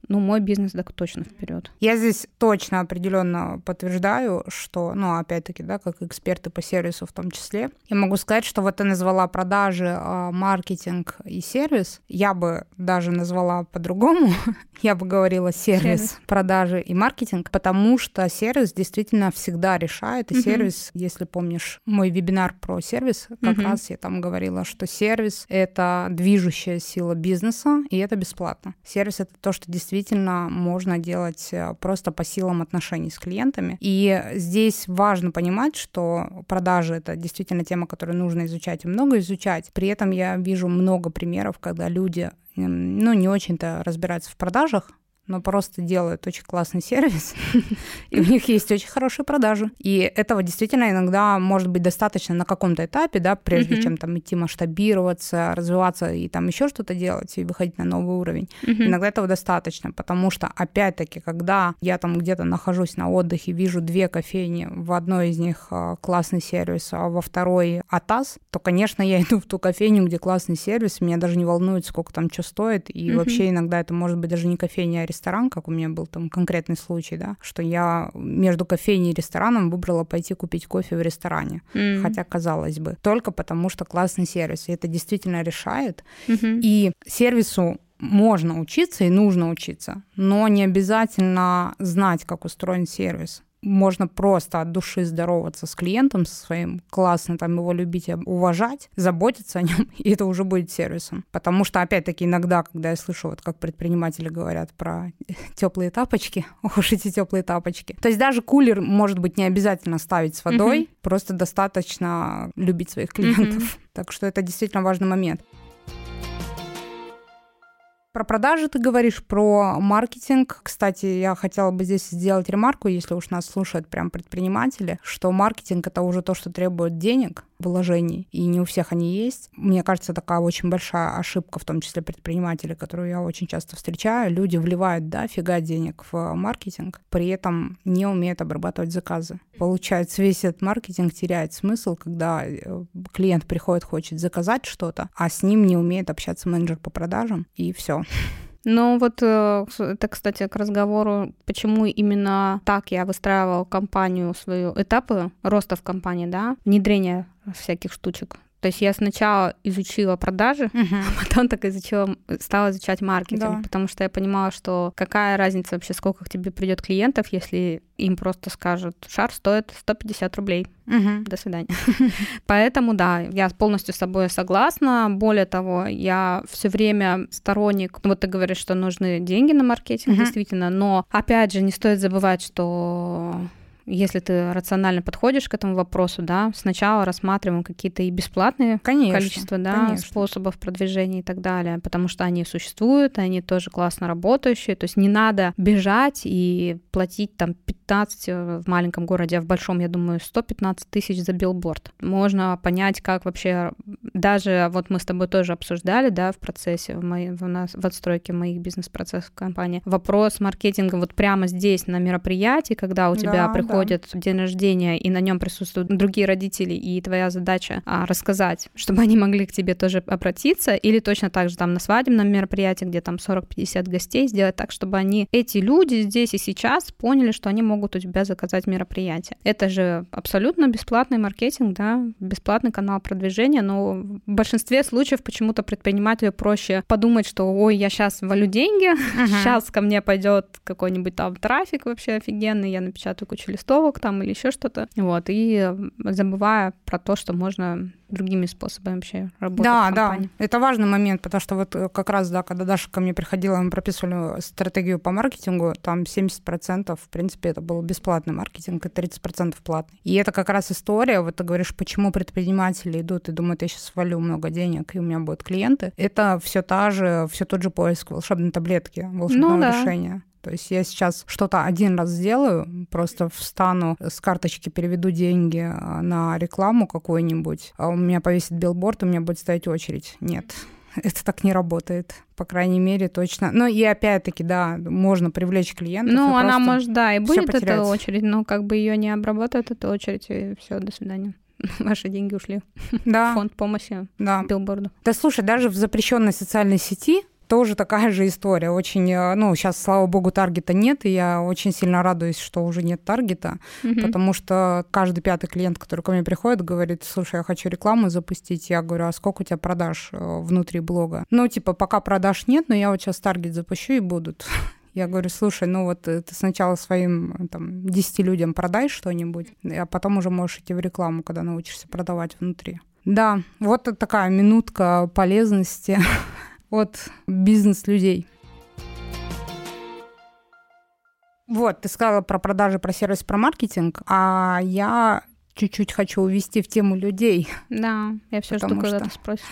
ну, мой бизнес так точно вперед.
Я здесь точно определенно подтверждаю, что, ну, опять-таки, да, как эксперты по сервису в том числе, я могу сказать, что вот ты назвала продажи, маркетинг и сервис. Я бы даже назвала по-другому. Я бы говорила сервис, сервис, продажи и маркетинг, потому что сервис действительно всегда решает. И uh-huh. сервис, если помнишь мой вебинар про сервис, как uh-huh. раз я там говорила, что сервис — это движущая сила бизнеса, и это бесплатно. Сервис — это то, что действительно можно делать просто по силам отношений с клиентами. И здесь важно понимать, что продажи — это действительно тема, которую нужно изучать и много изучать. При этом я вижу много примеров, когда люди, ну, не очень-то разбираются в продажах, но просто делают очень классный сервис, и у них есть очень хорошие продажи. И этого действительно иногда может быть достаточно на каком-то этапе, да, прежде mm-hmm. чем там идти масштабироваться, развиваться и там еще что-то делать и выходить на новый уровень. Mm-hmm. Иногда этого достаточно, потому что, опять-таки, когда я там где-то нахожусь на отдыхе, вижу две кофейни, в одной из них классный сервис, а во второй АТАС, то, конечно, я иду в ту кофейню, где классный сервис, меня даже не волнует, сколько там что стоит, и mm-hmm. вообще иногда это может быть даже не кофейня, а ресторан, как у меня был там конкретный случай, да, что я между кофейней и рестораном выбрала пойти купить кофе в ресторане. Mm-hmm. Хотя, казалось бы, только потому что классный сервис. И это действительно решает. Mm-hmm. И сервису можно учиться и нужно учиться, но не обязательно знать, как устроен сервис. Можно просто от души здороваться с клиентом со своим, классно там его любить, уважать, заботиться о нем, и это уже будет сервисом. Потому что, опять-таки, иногда, когда я слышу, вот как предприниматели говорят про теплые тапочки, ох уж эти теплые тапочки. То есть даже кулер, может быть, не обязательно ставить с водой, mm-hmm. просто достаточно любить своих клиентов. Mm-hmm. Так что это действительно важный момент. Про продажи ты говоришь, про маркетинг. Кстати, я хотела бы здесь сделать ремарку, если уж нас слушают прям предприниматели, что маркетинг — это уже то, что требует денег, вложений, и не у всех они есть. Мне кажется, такая очень большая ошибка, в том числе предпринимателей, которую я очень часто встречаю. Люди вливают дофига денег в маркетинг, при этом не умеют обрабатывать заказы. Получается, весь этот маркетинг теряет смысл, когда клиент приходит, хочет заказать что-то, а с ним не умеет общаться менеджер по продажам, и все.
Ну вот это, кстати, к разговору, почему именно так я выстраивала компанию свою, этапы роста в компании, да, внедрения всяких штучек. То есть я сначала изучила продажи, uh-huh. а потом так изучила, стала изучать маркетинг, да. потому что я понимала, что какая разница вообще, сколько к тебе придет клиентов, если им просто скажут, шар стоит сто пятьдесят рублей. Uh-huh. До свидания. Поэтому, да, я полностью с собой согласна. Более того, я все время сторонник, вот ты говоришь, что нужны деньги на маркетинг, uh-huh. действительно, но опять же не стоит забывать, что... Если ты рационально подходишь к этому вопросу, да, сначала рассматриваем какие-то и бесплатные конечно, количества да, конечно. способов продвижения и так далее, потому что они существуют, они тоже классно работающие, то есть не надо бежать и платить там пятнадцать в маленьком городе, а в большом, я думаю, сто пятнадцать тысяч за билборд. Можно понять, как вообще, даже вот мы с тобой тоже обсуждали, да, в процессе, в, моей, в, нас, в отстройке моих бизнес-процессов в компании, вопрос маркетинга вот прямо здесь на мероприятии, когда у тебя да, приходит ходят в день рождения, и на нем присутствуют другие родители, и твоя задача а, рассказать, чтобы они могли к тебе тоже обратиться, или точно так же там на свадебном мероприятии, где там сорок-пятьдесят гостей, сделать так, чтобы они, эти люди здесь и сейчас поняли, что они могут у тебя заказать мероприятие. Это же абсолютно бесплатный маркетинг, да, бесплатный канал продвижения, но в большинстве случаев почему-то предпринимателю проще подумать, что ой, я сейчас валю деньги, uh-huh. сейчас ко мне пойдет какой-нибудь там трафик вообще офигенный, я напечатаю кучу листов, там или еще что-то, вот, и забывая про то, что можно другими способами вообще работать
да,
в компании.
Да, это важный момент, потому что вот как раз, да, когда Даша ко мне приходила, мы прописывали стратегию по маркетингу, там семьдесят процентов, в принципе, это был бесплатный маркетинг, и тридцать процентов платный. И это как раз история, вот ты говоришь, почему предприниматели идут и думают, я сейчас свалю много денег, и у меня будут клиенты. Это все та же, все тот же поиск волшебной таблетки, волшебного ну, да. решения. То есть я сейчас что-то один раз сделаю, просто встану с карточки, переведу деньги на рекламу какую-нибудь, а у меня повесит билборд, у меня будет стоять очередь. Нет, это так не работает. По крайней мере, точно. Ну и опять-таки, да, можно привлечь клиентов.
Ну, она может, да, и будет эта очередь, но как бы ее не обработают, эта очередь, и все, до свидания. Ваши деньги ушли да. в фонд помощи
да.
билборду.
Да слушай, даже в запрещенной социальной сети тоже такая же история. Очень, ну, сейчас, слава богу, таргета нет, и я очень сильно радуюсь, что уже нет таргета, mm-hmm. потому что каждый пятый клиент, который ко мне приходит, говорит: слушай, я хочу рекламу запустить. Я говорю: а сколько у тебя продаж внутри блога? Ну, типа, пока продаж нет, но я вот сейчас таргет запущу, и будут. Я говорю: слушай, ну вот ты сначала своим там десяти людям продай что-нибудь, а потом уже можешь идти в рекламу, когда научишься продавать внутри. Да, вот такая минутка полезности от бизнес-людей. Вот, ты сказала про продажи, про сервис, про маркетинг, а я чуть-чуть хочу увести в тему людей.
Да, я все жду, когда ты спросишь.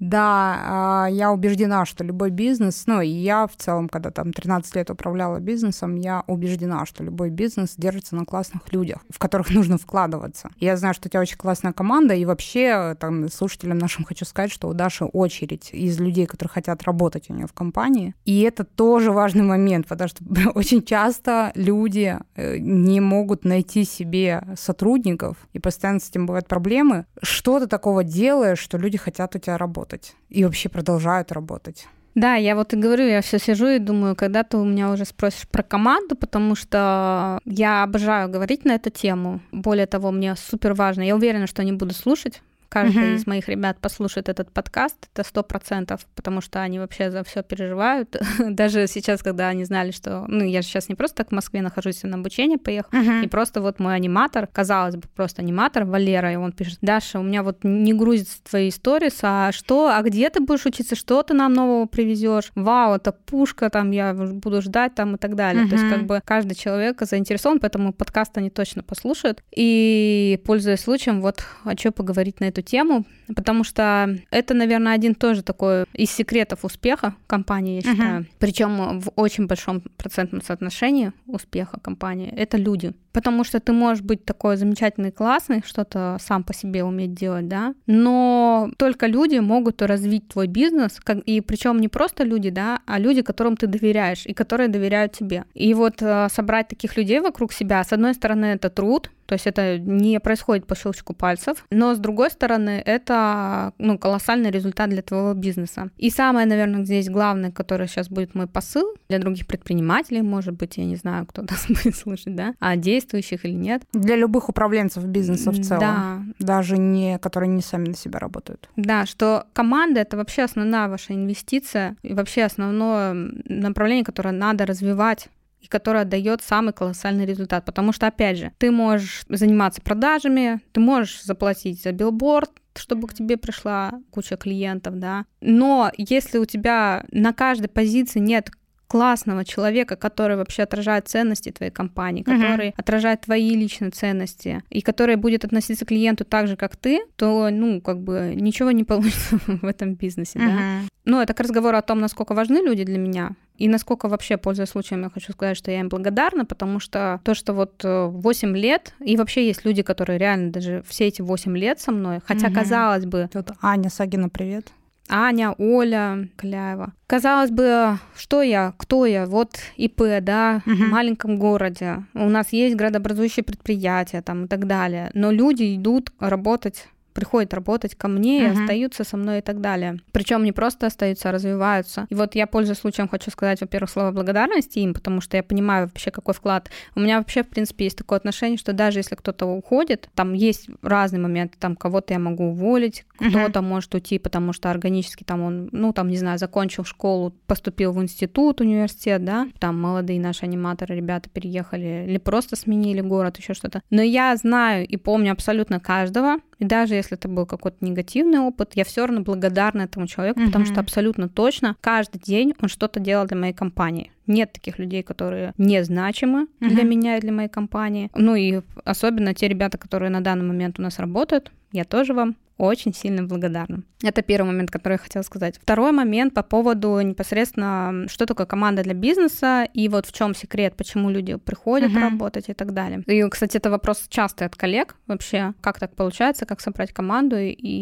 Да, я убеждена, что любой бизнес, ну и я в целом, когда там тринадцать лет управляла бизнесом, я убеждена, что любой бизнес держится на классных людях, в которых нужно вкладываться. Я знаю, что у тебя очень классная команда, и вообще там слушателям нашим хочу сказать, что у Даши очередь из людей, которые хотят работать у нее в компании. И это тоже важный момент, потому что очень часто люди не могут найти себе сотрудников, и постоянно с этим бывают проблемы. Что ты такого делаешь, что люди хотят у тебя работать? И вообще продолжают работать.
Да, я вот и говорю, я все сижу и думаю, когда ты у меня уже спросишь про команду, потому что я обожаю говорить на эту тему. Более того, мне супер важно. Я уверена, что они будут слушать. Каждый uh-huh. из моих ребят послушает этот подкаст, это сто процентов, потому что они вообще за все переживают. Даже сейчас, когда они знали, что... Ну, я же сейчас не просто так в Москве нахожусь, на обучение поехала, uh-huh. и просто вот мой аниматор, казалось бы, просто аниматор, Валера, и он пишет: Даша, у меня вот не грузится твои истории, а что, а где ты будешь учиться, что ты нам нового привезешь? Вау, это пушка, там я буду ждать, там и так далее. Uh-huh. То есть как бы каждый человек заинтересован, поэтому подкаст они точно послушают. И, пользуясь случаем, вот хочу поговорить на эту тему, потому что это, наверное, один тоже такой из секретов успеха компании, я считаю. Uh-huh. Причем в очень большом процентном соотношении успеха компании это люди. Потому что ты можешь быть такой замечательный, классный, что-то сам по себе уметь делать, да, но только люди могут развить твой бизнес, и причем не просто люди, да, а люди, которым ты доверяешь и которые доверяют тебе. И вот собрать таких людей вокруг себя, с одной стороны, это труд, то есть это не происходит по щелчку пальцев, но с другой стороны, это, ну, колоссальный результат для твоего бизнеса. И самое, наверное, здесь главное, которое сейчас будет мой посыл для других предпринимателей, может быть, я не знаю, кто нас будет слушать, да, а действующих или нет.
Для любых управленцев бизнеса в целом,
да.
Даже не, которые не сами на себя работают.
Да, что команда — это вообще основная ваша инвестиция и вообще основное направление, которое надо развивать и которая дает самый колоссальный результат. Потому что, опять же, ты можешь заниматься продажами, ты можешь заплатить за билборд, чтобы к тебе пришла куча клиентов, да. Но если у тебя на каждой позиции нет классного человека, который вообще отражает ценности твоей компании, который uh-huh. отражает твои личные ценности и который будет относиться к клиенту так же, как ты, то, ну, как бы ничего не получится в этом бизнесе, uh-huh. да. Ну, это к разговору о том, насколько важны люди для меня и насколько вообще, пользуясь случаем, я хочу сказать, что я им благодарна, потому что то, что вот восемь лет, и вообще есть люди, которые реально даже все эти восемь лет со мной, хотя, uh-huh. казалось бы...
Тут Аня Сагина, привет.
Аня, Оля Кляева. Казалось бы, что я, кто я? Вот ИП, да, uh-huh. в маленьком городе. У нас есть градообразующие предприятия там и так далее. Но люди идут работать, приходят работать ко мне uh-huh. и остаются со мной и так далее. Причем не просто остаются, а развиваются. И вот я, пользуясь случаем, хочу сказать, во-первых, слова благодарности им, потому что я понимаю вообще, какой вклад. У меня вообще, в принципе, есть такое отношение, что даже если кто-то уходит, там есть разные моменты, там кого-то я могу уволить, uh-huh. кто-то может уйти, потому что органически там он, ну, там, не знаю, закончил школу, поступил в институт, университет, да, там молодые наши аниматоры, ребята переехали или просто сменили город, еще что-то. Но я знаю и помню абсолютно каждого, и даже если это был какой-то негативный опыт, я все равно благодарна этому человеку, mm-hmm. потому что абсолютно точно каждый день он что-то делал для моей компании. Нет таких людей, которые незначимы mm-hmm. для меня и для моей компании. Ну и особенно те ребята, которые на данный момент у нас работают, я тоже вам очень сильно благодарна. Это первый момент, который я хотела сказать. Второй момент по поводу непосредственно, что такое команда для бизнеса и вот в чем секрет, почему люди приходят uh-huh. работать и так далее. И, кстати, это вопрос частый от коллег вообще, как так получается, как собрать команду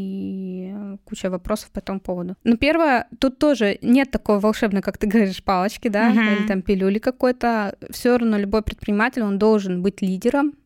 и куча вопросов по этому поводу. Ну, первое, тут тоже нет такой волшебной, как ты говоришь, палочки, да, uh-huh. или там пилюли какой-то. Все равно любой предприниматель, он должен быть лидером,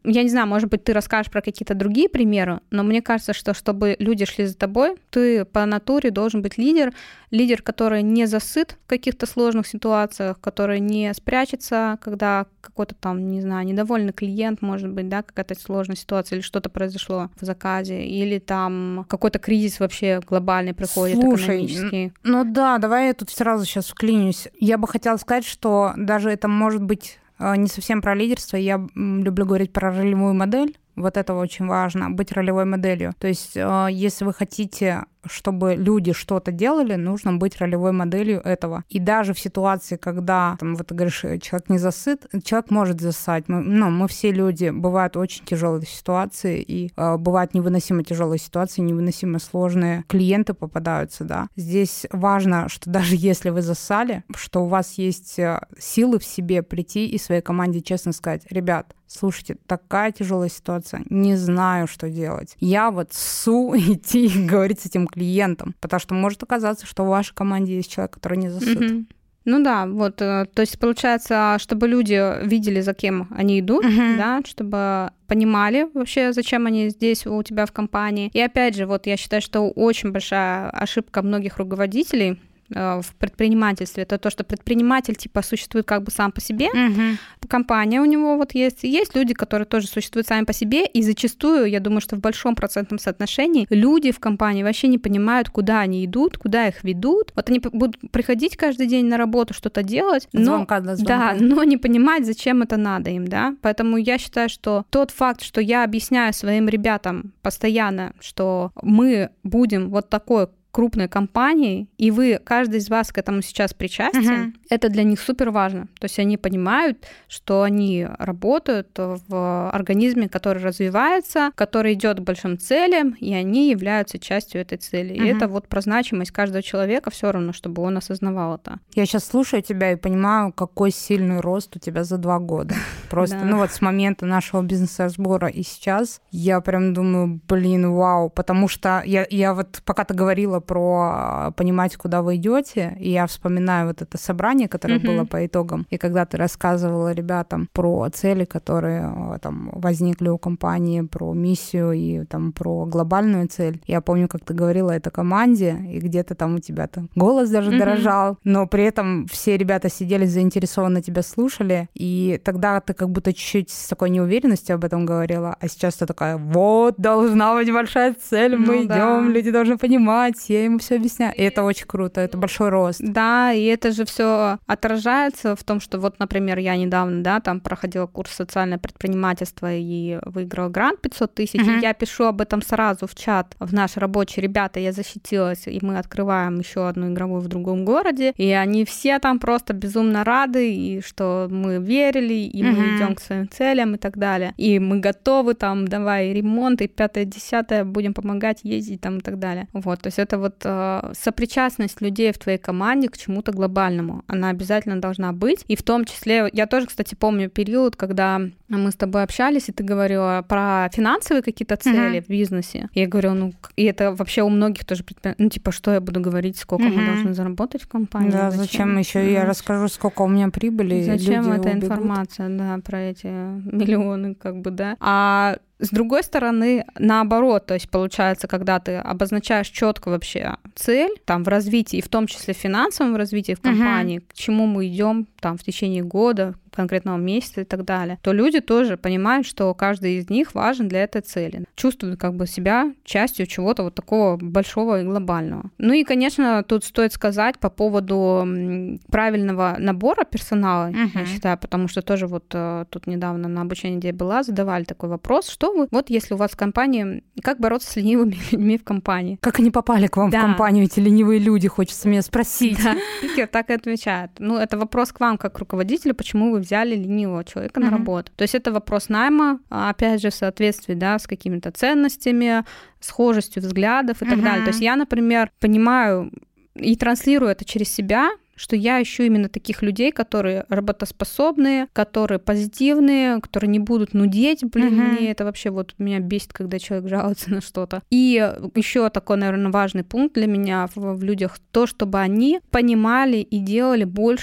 Я не знаю, может быть, ты расскажешь про какие-то другие примеры, но мне кажется, что чтобы люди шли за тобой, ты по натуре должен быть лидер, лидер, который не засыт в каких-то сложных ситуациях, который не спрячется, когда какой-то там, не знаю, недовольный клиент, может быть, да, какая-то сложная ситуация или что-то произошло в заказе, или там какой-то кризис вообще глобальный приходит,
Слушай,
экономический.
Ну да, давай я тут сразу сейчас вклинюсь. Я бы хотела сказать, что даже это может быть не совсем про лидерство, я люблю говорить про ролевую модель. Вот это очень важно, быть ролевой моделью. То есть, если вы хотите, чтобы люди что-то делали, нужно быть ролевой моделью этого. И даже в ситуации, когда, там, вот ты говоришь, человек не засыт, человек может засать. Мы, ну, мы все люди, бывают очень тяжелые ситуации, и э, бывают невыносимо тяжелые ситуации, невыносимо сложные клиенты попадаются, да. Здесь важно, что даже если вы засали, что у вас есть силы в себе прийти и своей команде честно сказать: ребят, слушайте, такая тяжелая ситуация, не знаю, что делать. Я вот ссу идти и говорить с этим клиентом, потому что может оказаться, что в вашей команде есть человек, который не засыт.
Mm-hmm. Ну да, вот, то есть получается, чтобы люди видели, за кем они идут, uh-huh. да, чтобы понимали вообще, зачем они здесь у тебя в компании. И опять же, вот я считаю, что очень большая ошибка многих руководителей в предпринимательстве, это то, что предприниматель типа существует как бы сам по себе, uh-huh. компания у него вот есть, и есть люди, которые тоже существуют сами по себе, и зачастую, я думаю, что в большом процентном соотношении люди в компании вообще не понимают, куда они идут, куда их ведут. Вот они будут приходить каждый день на работу, что-то делать, но,
звонка до звонка.
Да, но не понимать, зачем это надо им, да. Поэтому я считаю, что тот факт, что я объясняю своим ребятам постоянно, что мы будем вот такой крупной компанией, и вы, каждый из вас к этому сейчас причастен, uh-huh. это для них супер важно. То есть они понимают, что они работают в организме, который развивается, который идет к большим целям, и они являются частью этой цели. Uh-huh. И это вот про значимость каждого человека все равно, чтобы он осознавал это.
Я сейчас слушаю тебя и понимаю, какой сильный рост у тебя за два года. Просто, ну вот с момента нашего бизнес-разбора и сейчас я прям думаю, блин, вау, потому что я, я вот пока ты говорила про понимать, куда вы идете, и я вспоминаю вот это собрание, которое uh-huh. было по итогам, и когда ты рассказывала ребятам про цели, которые там возникли у компании, про миссию и там про глобальную цель, я помню, как ты говорила это команде, и где-то там у тебя там голос даже uh-huh. дрожал, но при этом все ребята сидели заинтересованно тебя слушали, и тогда ты как будто чуть-чуть с такой неуверенностью об этом говорила, а сейчас ты такая: вот, должна быть большая цель, мы ну, идем, да. люди должны понимать, я ему все объясняю. И это очень круто, это большой рост.
Да, и это же все отражается в том, что вот, например, я недавно, да, там проходила курс социальное предпринимательство и выиграла грант пятьсот тысяч, uh-huh. и я пишу об этом сразу в чат в наш рабочий: ребята, я защитилась, и мы открываем еще одну игровую в другом городе, и они все там просто безумно рады, и что мы верили, и uh-huh. мы идем к своим целям и так далее. И мы готовы там, давай ремонт, и пятое, десятое, будем помогать ездить там и так далее. Вот, то есть это вот э, сопричастность людей в твоей команде к чему-то глобальному, она обязательно должна быть. И в том числе, я тоже, кстати, помню период, когда мы с тобой общались, и ты говорила про финансовые какие-то цели uh-huh. в бизнесе. И я говорю, ну, и это вообще у многих тоже, ну, типа, что я буду говорить, сколько uh-huh. мы должны заработать в компании?
Да, зачем, зачем еще ну, я расскажу, сколько у меня прибыли,
зачем
люди
эта
убегут.
Информация, да, про эти миллионы, как бы, да. А с другой стороны, наоборот, то есть получается, когда ты обозначаешь четко вообще цель там в развитии, в том числе в финансовом развитии в компании, uh-huh. к чему мы идем там в течение года, конкретного месяца и так далее, то люди тоже понимают, что каждый из них важен для этой цели. Чувствуют как бы себя частью чего-то вот такого большого и глобального. Ну и, конечно, тут стоит сказать по поводу правильного набора персонала, uh-huh. я считаю, потому что тоже вот тут недавно на обучении, где я была, задавали такой вопрос, что вы, вот если у вас в компании, как бороться с ленивыми людьми в компании?
Как они попали к вам да. в компанию, эти ленивые люди, хочется меня спросить.
Да, спикер так и отвечает. Ну, это вопрос к вам, как к руководителю, почему вы взяли ленивого человека uh-huh. на работу. То есть это вопрос найма, опять же, в соответствии, да, с какими-то ценностями, схожестью взглядов и uh-huh. так далее. То есть я, например, понимаю и транслирую это через себя, что я ищу именно таких людей, которые работоспособные, которые позитивные, которые не будут нудеть. Блин, uh-huh. мне это вообще вот меня бесит, когда человек жалуется на что-то. И еще такой, наверное, важный пункт для меня в, в людях, то, чтобы они понимали и делали больше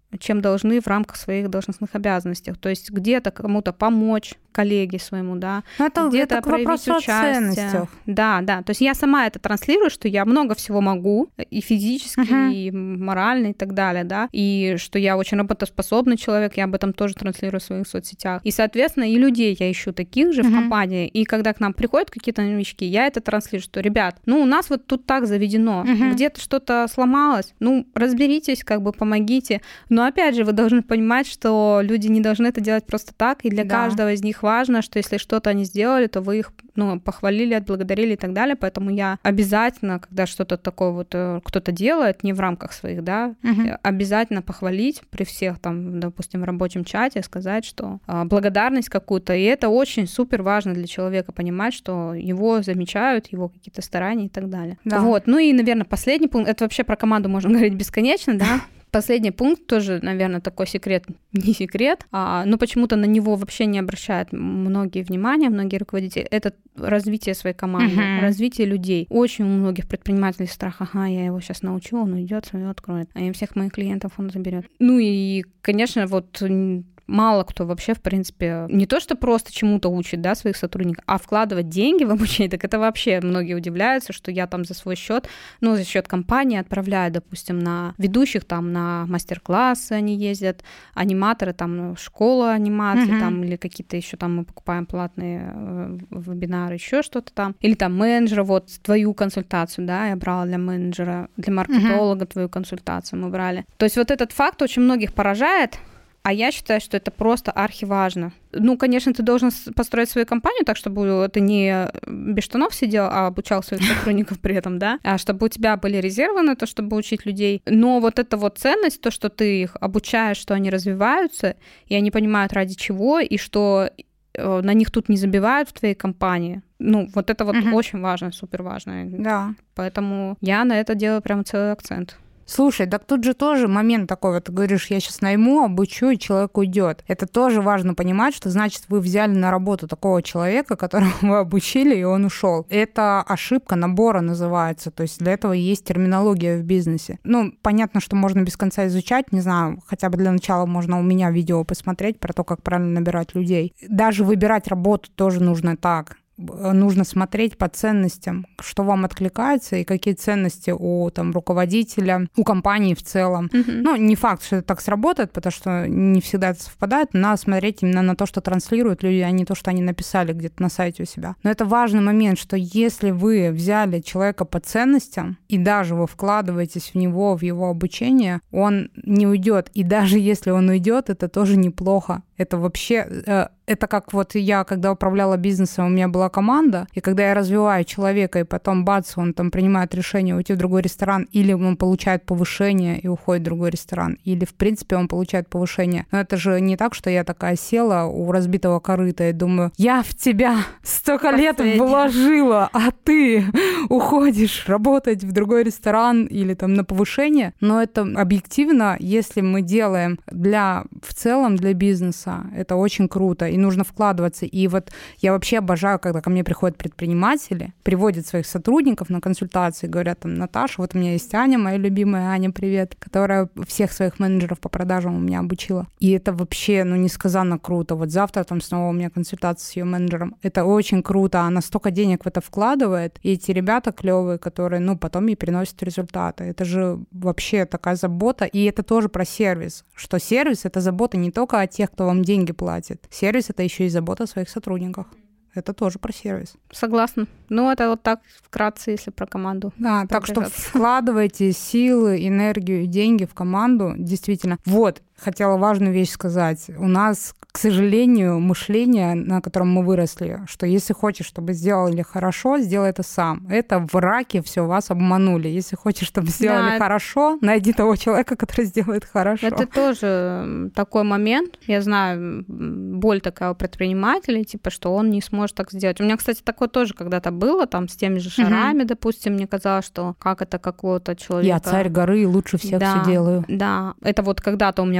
чем должны в рамках своих должностных обязанностей. То есть где-то кому-то помочь, коллеге своему, да,
это,
где-то
это
проявить участие. Да, да. То есть я сама это транслирую, что я много всего могу, и физически, uh-huh. и морально, и так далее, да, и что я очень работоспособный человек, я об этом тоже транслирую в своих соцсетях. И, соответственно, и людей я ищу таких же uh-huh. в компании, и когда к нам приходят какие-то новички, я это транслирую, что, ребят, ну, у нас вот тут так заведено, uh-huh. где-то что-то сломалось, ну, разберитесь, как бы помогите. Но, опять же, вы должны понимать, что люди не должны это делать просто так, и для да. каждого из них важно, что если что-то они сделали, то вы их, ну, похвалили, отблагодарили и так далее. Поэтому я обязательно, когда что-то такое вот кто-то делает, не в рамках своих, да, uh-huh. обязательно похвалить при всех там, допустим, в рабочем чате, сказать, что а, благодарность какую-то. И это очень супер важно для человека понимать, что его замечают, его какие-то старания и так далее. Да. Вот. Ну и, наверное, последний пункт. Это вообще про команду можно говорить бесконечно, да. Последний пункт тоже, наверное, такой секрет, не секрет, а, но почему-то на него вообще не обращают многие внимания, многие руководители. Это развитие своей команды, uh-huh. развитие людей. Очень у многих предпринимателей страх, ага, я его сейчас научу, он уйдет, свое откроет, а им всех моих клиентов он заберет. Ну и, конечно, вот мало кто вообще, в принципе, не то, что просто чему-то учит, да, своих сотрудников, а вкладывать деньги в обучение, так это вообще многие удивляются, что я там за свой счет, ну, за счет компании отправляю, допустим, на ведущих, там, на мастер-классы они ездят, аниматоры, там, в школу анимации, uh-huh. там, или какие-то еще там мы покупаем платные э, вебинары, еще что-то там, или там менеджера, вот, твою консультацию, да, я брала для менеджера, для маркетолога uh-huh. твою консультацию мы брали. То есть вот этот факт очень многих поражает. А я считаю, что это просто архиважно. Ну, конечно, ты должен построить свою компанию так, чтобы ты не без штанов сидел, а обучал своих сотрудников при этом, да, а чтобы у тебя были резервы на то, чтобы учить людей. Но вот эта вот ценность, то, что ты их обучаешь, что они развиваются, и они понимают, ради чего, и что на них тут не забивают в твоей компании. Ну, вот это вот uh-huh. очень важно, супер важно.
Да.
Поэтому я на это делаю прям целый акцент.
Слушай, так тут же тоже момент такой, вот ты говоришь, я сейчас найму, обучу, и человек уйдет. Это тоже важно понимать, что значит вы взяли на работу такого человека, которого вы обучили, и он ушел. Это ошибка набора называется, то есть для этого есть терминология в бизнесе. Ну, понятно, что можно без конца изучать, не знаю, хотя бы для начала можно у меня видео посмотреть про то, как правильно набирать людей. Даже выбирать работу тоже нужно так. Нужно смотреть по ценностям, что вам откликается и какие ценности у там, руководителя, у компании в целом. Uh-huh. Ну, не факт, что это так сработает, потому что не всегда это совпадает. Надо смотреть именно на то, что транслируют люди, а не то, что они написали где-то на сайте у себя. Но это важный момент, что если вы взяли человека по ценностям, и даже вы вкладываетесь в него, в его обучение, он не уйдет. И даже если он уйдет, это тоже неплохо. Это вообще... Это как вот я, когда управляла бизнесом, у меня была команда, и когда я развиваю человека, и потом бац, он там принимает решение уйти в другой ресторан, или он получает повышение и уходит в другой ресторан, или в принципе он получает повышение. Но это же не так, что я такая села у разбитого корыта и думаю, я в тебя столько лет вложила, а ты уходишь работать в другой ресторан или там на повышение. Но это объективно, если мы делаем для в целом для бизнеса, это очень круто. И нужно вкладываться. И вот я вообще обожаю, когда ко мне приходят предприниматели, приводят своих сотрудников на консультации, говорят там, Наташа, вот у меня есть Аня, моя любимая Аня, привет, которая всех своих менеджеров по продажам у меня обучила. И это вообще, ну, несказанно круто. Вот завтра там снова у меня консультация с ее менеджером. Это очень круто. Она столько денег в это вкладывает. И эти ребята клевые, которые, ну, потом ей приносят результаты. Это же вообще такая забота. И это тоже про сервис. Что сервис — это забота не только о тех, кто вам деньги платит. Сервис — это еще и забота о своих сотрудниках. Это тоже про сервис.
Согласна. Ну, это вот так вкратце, если про команду.
Да, так что вкладывайте силы, энергию, деньги в команду. Действительно. Вот, хотела важную вещь сказать. У нас, к сожалению, мышление, на котором мы выросли, что если хочешь, чтобы сделали хорошо, сделай это сам. Это в раке все, вас обманули. Если хочешь, чтобы сделали да, хорошо, найди того человека, который сделает хорошо.
Это тоже такой момент. Я знаю, боль такая у предпринимателей, типа, что он не сможет так сделать. У меня, кстати, такое тоже когда-то было, там, с теми же шарами, угу. допустим, мне казалось, что как это какого-то человека...
Я царь горы и лучше всех
да,
все делаю.
Да, это вот когда-то у меня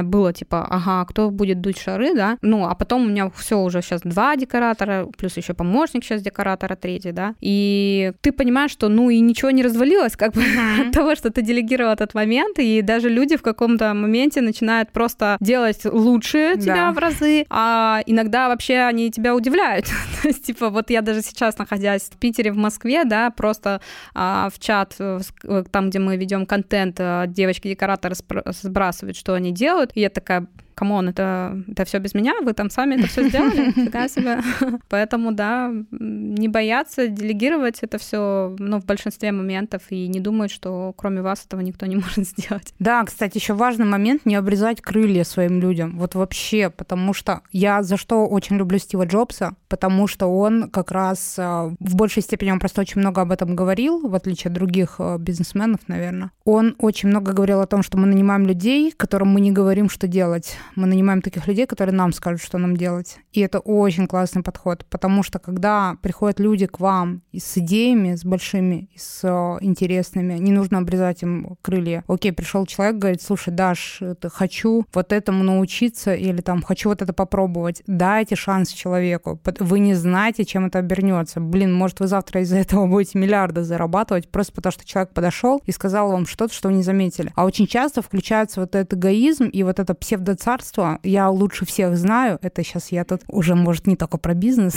было типа, ага, кто будет дуть шары, да, ну, а потом у меня все уже сейчас два декоратора, плюс еще помощник сейчас декоратора третий, да, и ты понимаешь, что, ну, и ничего не развалилось, как бы, mm-hmm. от того, что ты делегировал этот момент, и даже люди в каком-то моменте начинают просто делать лучше да. тебя в разы, а иногда вообще они тебя удивляют. То есть, типа, вот я даже сейчас, находясь в Питере, в Москве, да, просто а, в чат, там, где мы ведем контент, девочки-декораторы сбрасывают, что они делают, и я такая... камон, это, это все без меня, вы там сами это все сделали, фига себе. Поэтому, да, не бояться делегировать это все, ну, в большинстве моментов, и не думать, что кроме вас этого никто не может сделать.
Да, кстати, еще важный момент — не обрезать крылья своим людям. Вот вообще, потому что я за что очень люблю Стива Джобса, потому что он как раз в большей степени, он просто очень много об этом говорил, в отличие от других бизнесменов, наверное. Он очень много говорил о том, что мы нанимаем людей, которым мы не говорим, что делать. Мы нанимаем таких людей, которые нам скажут, что нам делать. И это очень классный подход, потому что когда приходят люди к вам с идеями, с большими, с интересными, не нужно обрезать им крылья. Окей, пришел человек, говорит, слушай, Даш, хочу вот этому научиться или там хочу вот это попробовать. Дайте шанс человеку. Вы не знаете, чем это обернется. Блин, может, вы завтра из-за этого будете миллиарды зарабатывать, просто потому что человек подошел и сказал вам что-то, что вы не заметили. А очень часто включается вот этот эгоизм и вот это псевдоцарство. Я лучше всех знаю, это сейчас я тут уже, может, не только про бизнес,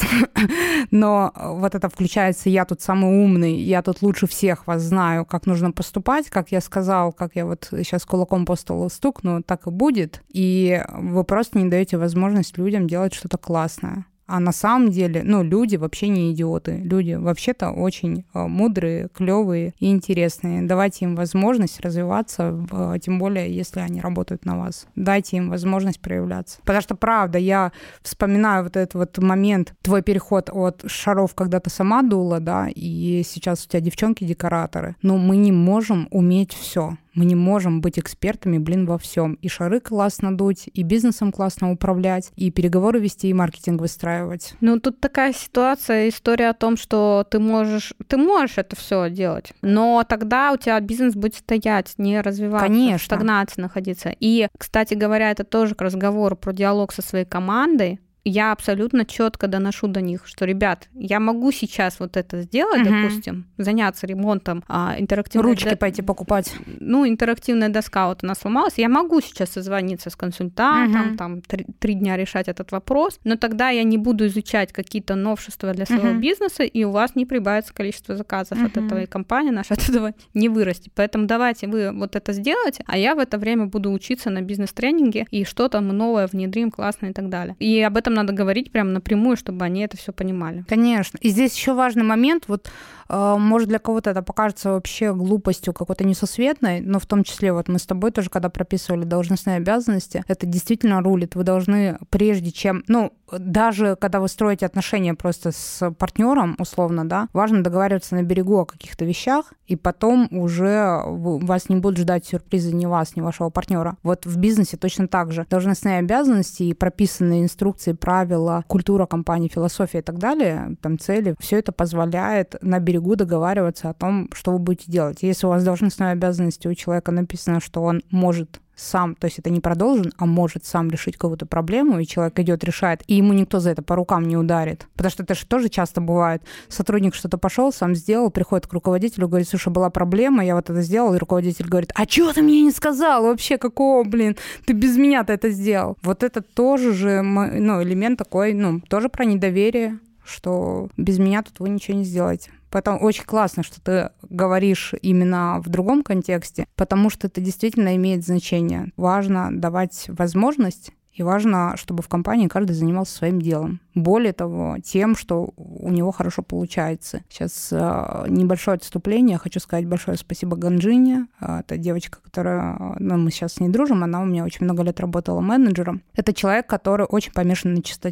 но вот это включается, я тут самый умный, я тут лучше всех вас знаю, как нужно поступать, как я сказал, как я вот сейчас кулаком по столу стукну, так и будет, и вы просто не даете возможность людям делать что-то классное. А на самом деле, ну, люди вообще не идиоты. Люди вообще-то очень мудрые, клевые и интересные. Давайте им возможность развиваться, тем более, если они работают на вас. Дайте им возможность проявляться. Потому что, правда, я вспоминаю вот этот вот момент, твой переход от шаров, когда ты сама дула, да, и сейчас у тебя девчонки-декораторы. Но мы не можем уметь все. Мы не можем быть экспертами, блин, во всем. И шары классно дуть, и бизнесом классно управлять, и переговоры вести, и маркетинг выстраивать.
Ну, тут такая ситуация, история о том, что ты можешь, ты можешь это все делать, но тогда у тебя бизнес будет стоять, не развиваться,
Конечно.
В стагнации находиться. И, кстати говоря, это тоже к разговору про диалог со своей командой. Я абсолютно четко доношу до них, что, ребят, я могу сейчас вот это сделать, угу. допустим, заняться ремонтом а, интерактивной...
Ручки до... пойти покупать.
Ну, интерактивная доска вот она сломалась. Я могу сейчас созвониться с консультантом, угу. там, три, три дня решать этот вопрос, но тогда я не буду изучать какие-то новшества для своего угу. бизнеса, и у вас не прибавится количество заказов угу. от этого, и компания наша от этого не вырастет. Поэтому давайте вы вот это сделаете, а я в это время буду учиться на бизнес-тренинге, и что-то мы новое внедрим, классное и так далее. И об этом надо говорить прямо напрямую, чтобы они это все понимали.
Конечно. И здесь еще важный момент, вот, э, может, для кого-то это покажется вообще глупостью какой-то несусветной, но в том числе вот мы с тобой тоже, когда прописывали должностные обязанности, это действительно рулит. Вы должны, прежде чем, ну, даже когда вы строите отношения просто с партнером, условно, да, важно договариваться на берегу о каких-то вещах, и потом уже вас не будут ждать сюрпризы ни вас, ни вашего партнера. Вот в бизнесе точно так же. Должностные обязанности и прописанные инструкции, правила, культура компании, философия и так далее, там цели, все это позволяет на берегу договариваться о том, что вы будете делать. Если у вас должностные обязанности у человека написано, что он может сам, то есть это не продолжен, а может сам решить какую-то проблему, и человек идет, решает, и ему никто за это по рукам не ударит. Потому что это же тоже часто бывает. Сотрудник что-то пошел, сам сделал, приходит к руководителю, говорит, слушай, была проблема, я вот это сделал, и руководитель говорит, а чего ты мне не сказал вообще, какого, блин, ты без меня-то это сделал. Вот это тоже же, ну, элемент такой, ну, тоже про недоверие, что без меня тут вы ничего не сделаете. Поэтому очень классно, что ты говоришь именно в другом контексте, потому что это действительно имеет значение. Важно давать возможность, и важно, чтобы в компании каждый занимался своим делом. Более того, тем, что у него хорошо получается. Сейчас небольшое отступление. Хочу сказать большое спасибо Ганжине. Это девочка, которая... Ну, мы сейчас с ней дружим. Она у меня очень много лет работала менеджером. Это человек, который очень помешан на чистоте.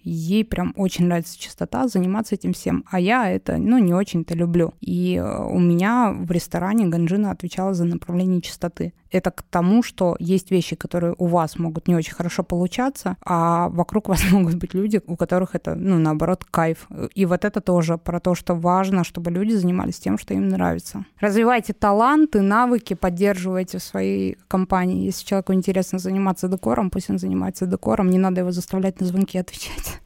ей прям очень нравится чистота, заниматься этим всем, а я это, ну, не очень-то люблю. И у меня в ресторане Ганжина отвечала за направление чистоты. Это к тому, что есть вещи, которые у вас могут не очень хорошо получаться, а вокруг вас могут быть люди, у которых это, ну, наоборот, кайф. И вот это тоже про то, что важно, чтобы люди занимались тем, что им нравится. Развивайте таланты, навыки, поддерживайте в своей компании. Если человеку интересно заниматься декором, пусть он занимается декором, не надо его заставлять на звонки отвечать.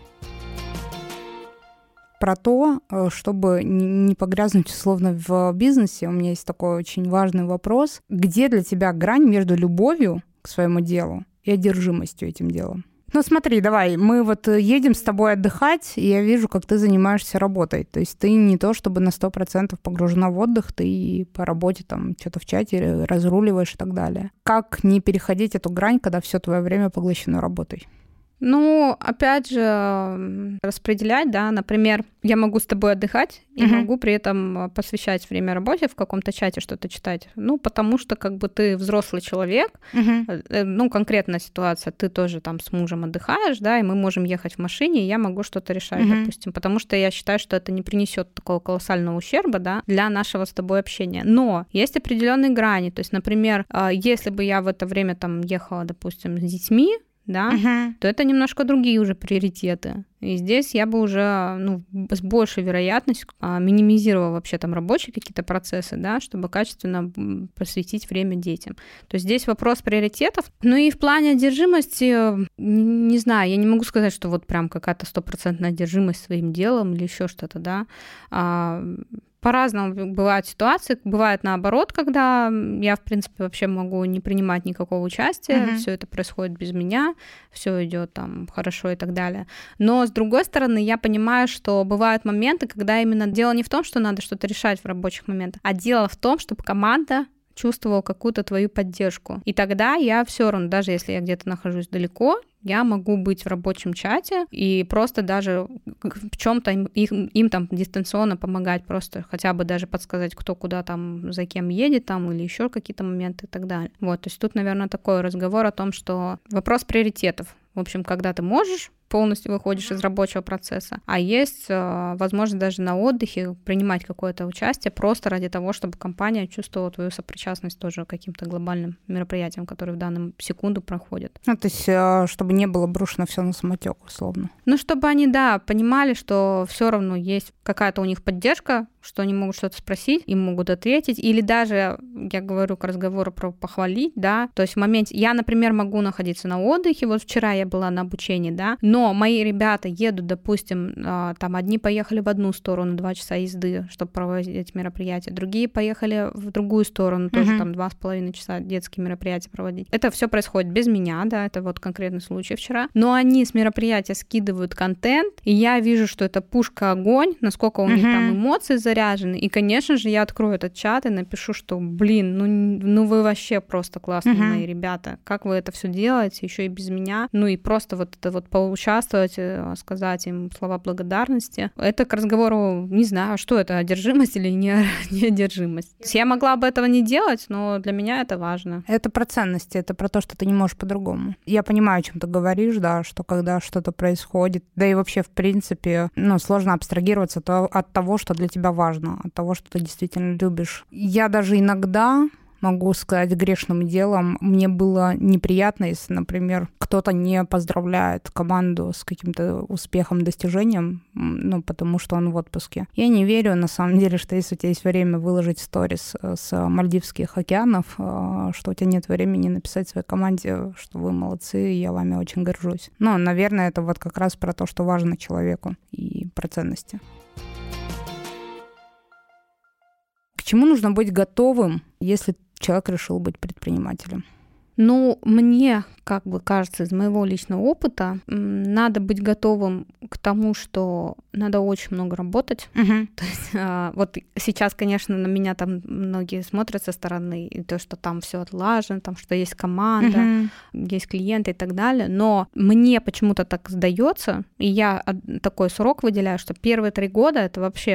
Про то, чтобы не погрязнуть условно в бизнесе, у меня есть такой очень важный вопрос. Где для тебя грань между любовью к своему делу и одержимостью этим делом? Ну смотри, давай, мы вот едем с тобой отдыхать, и я вижу, как ты занимаешься работой. То есть ты не то чтобы на сто процентов погружена в отдых, ты и по работе там что-то в чате разруливаешь и так далее. Как не переходить эту грань, когда все твое время поглощено работой?
Ну, опять же, распределять, да, например, я могу с тобой отдыхать и uh-huh. могу при этом посвящать время работе, в каком-то чате что-то читать, ну, потому что как бы ты взрослый человек, uh-huh. ну, конкретная ситуация, ты тоже там с мужем отдыхаешь, да, и мы можем ехать в машине, и я могу что-то решать, uh-huh. допустим, потому что я считаю, что это не принесет такого колоссального ущерба, да, для нашего с тобой общения. Но есть определенные грани, то есть, например, если бы я в это время там ехала, допустим, с детьми, да, uh-huh. то это немножко другие уже приоритеты. И здесь я бы уже, ну, с большей вероятностью а, минимизировала вообще там рабочие какие-то процессы, да, чтобы качественно посвятить время детям. То есть здесь вопрос приоритетов. Ну и в плане одержимости, не, не знаю, я не могу сказать, что вот прям какая-то стопроцентная одержимость своим делом или еще что-то, да. А, По-разному бывают ситуации. Бывает наоборот, когда я, в принципе, вообще могу не принимать никакого участия, uh-huh. все это происходит без меня, все идет там хорошо и так далее. Но, с другой стороны, я понимаю, что бывают моменты, когда именно дело не в том, что надо что-то решать в рабочих моментах, а дело в том, чтобы команда чувствовала какую-то твою поддержку. И тогда я все равно, даже если я где-то нахожусь далеко, я могу быть в рабочем чате и просто даже в чем-то им, им, им там дистанционно помогать, просто хотя бы даже подсказать, кто куда там, за кем едет там, или еще какие-то моменты и так далее. Вот, то есть тут, наверное, такой разговор о том, что вопрос приоритетов. В общем, когда ты можешь, полностью выходишь из рабочего процесса, а есть э, возможность даже на отдыхе принимать какое-то участие просто ради того, чтобы компания чувствовала твою сопричастность тоже к каким-то глобальным мероприятиям, которые в данную секунду проходят.
Ну, то есть, э, чтобы не было брошено все на самотек, условно.
Ну, чтобы они, да, понимали, что все равно есть какая-то у них поддержка, что они могут что-то спросить, им могут ответить, или даже, я говорю к разговору про похвалить, да, то есть в моменте, я, например, могу находиться на отдыхе, вот вчера я была на обучении, да, но мои ребята едут, допустим, там одни поехали в одну сторону, два часа езды, чтобы проводить эти мероприятия, другие поехали в другую сторону, тоже uh-huh. там два с половиной часа детские мероприятия проводить. Это все происходит без меня, да, это вот конкретный случай вчера, но они с мероприятия скидывают контент, и я вижу, что это пушка-огонь, насколько у uh-huh. них там эмоции заряжены, и, конечно же, я открою этот чат и напишу, что, блин, ну, ну вы вообще просто классные uh-huh. мои ребята, как вы это все делаете, еще и без меня, ну и просто вот это вот поучаствовать, сказать им слова благодарности. Это к разговору, не знаю, что это, одержимость или не, не одержимость. Я могла бы этого не делать, но для меня это важно.
Это про ценности, это про то, что ты не можешь по-другому. Я понимаю, о чем ты говоришь, да, что когда что-то происходит, да и вообще, в принципе, ну, сложно абстрагироваться от того, что для тебя важно, от того, что ты действительно любишь. Я даже иногда могу сказать грешным делом, мне было неприятно, если, например, кто-то не поздравляет команду с каким-то успехом, достижением, ну, потому что он в отпуске. Я не верю, на самом деле, что если у тебя есть время выложить сторис с Мальдивских океанов, что у тебя нет времени написать своей команде, что вы молодцы, и я вами очень горжусь. Ну, наверное, это вот как раз про то, что важно человеку и про ценности. К чему нужно быть готовым, если человек решил быть предпринимателем?
Ну, мне, как бы кажется, из моего личного опыта, надо быть готовым к тому, что надо очень много работать. Uh-huh. То есть, а, вот сейчас, конечно, на меня там многие смотрят со стороны, и то, что там все отлажено, там, что есть команда, uh-huh. есть клиенты и так далее. Но мне почему-то так сдается, и я такой срок выделяю, что первые три года это вообще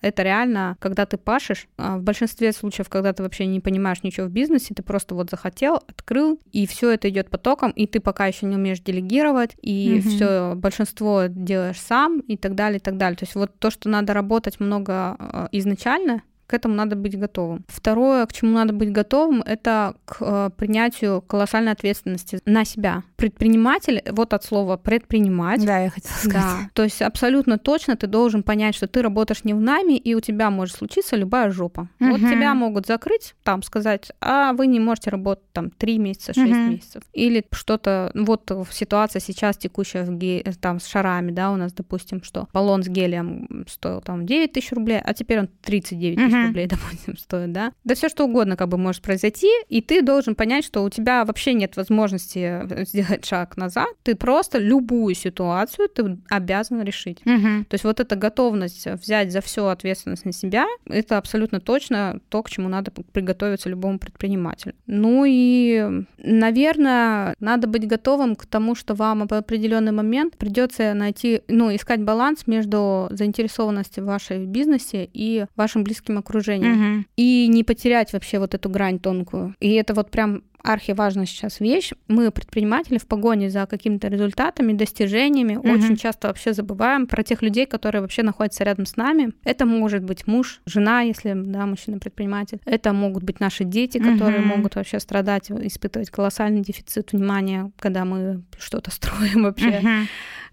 Это реально, когда ты пашешь, в большинстве случаев, когда ты вообще не понимаешь ничего в бизнесе, ты просто вот захотел, открыл, и все это идет потоком, и ты пока еще не умеешь делегировать, и mm-hmm. все большинство делаешь сам, и так далее, и так далее. То есть вот то, что надо работать много изначально, к этому надо быть готовым. Второе, к чему надо быть готовым, это к э, принятию колоссальной ответственности на себя. Предприниматель, вот от слова предпринимать.
Да, я хотела сказать.
Да, то есть абсолютно точно ты должен понять, что ты работаешь не в найме, и у тебя может случиться любая жопа. Uh-huh. Вот тебя могут закрыть, там сказать, а вы не можете работать там три месяца, шесть uh-huh. месяцев. Или что-то, вот ситуация сейчас текущая в ге... там с шарами, да, у нас, допустим, что баллон с гелием стоил там девять тысяч рублей, а теперь он тридцать девять тысяч uh-huh. рублей, допустим, стоит, да. Да все что угодно как бы может произойти, и ты должен понять, что у тебя вообще нет возможности сделать шаг назад, ты просто любую ситуацию ты обязан решить. Uh-huh. То есть вот эта готовность взять за всю ответственность на себя, это абсолютно точно то, к чему надо приготовиться любому предпринимателю. Ну и, наверное, надо быть готовым к тому, что вам в определенный момент придется найти, ну, искать баланс между заинтересованностью в вашей бизнесе и вашим близким окружением. Uh-huh. И не потерять вообще вот эту грань тонкую. И это вот прям архиважная сейчас вещь. Мы, предприниматели, в погоне за какими-то результатами, достижениями, uh-huh. очень часто вообще забываем про тех людей, которые вообще находятся рядом с нами. Это может быть муж, жена, если, да, мужчина-предприниматель. Это могут быть наши дети, которые uh-huh. могут вообще страдать, испытывать колоссальный дефицит внимания, когда мы что-то строим вообще, uh-huh.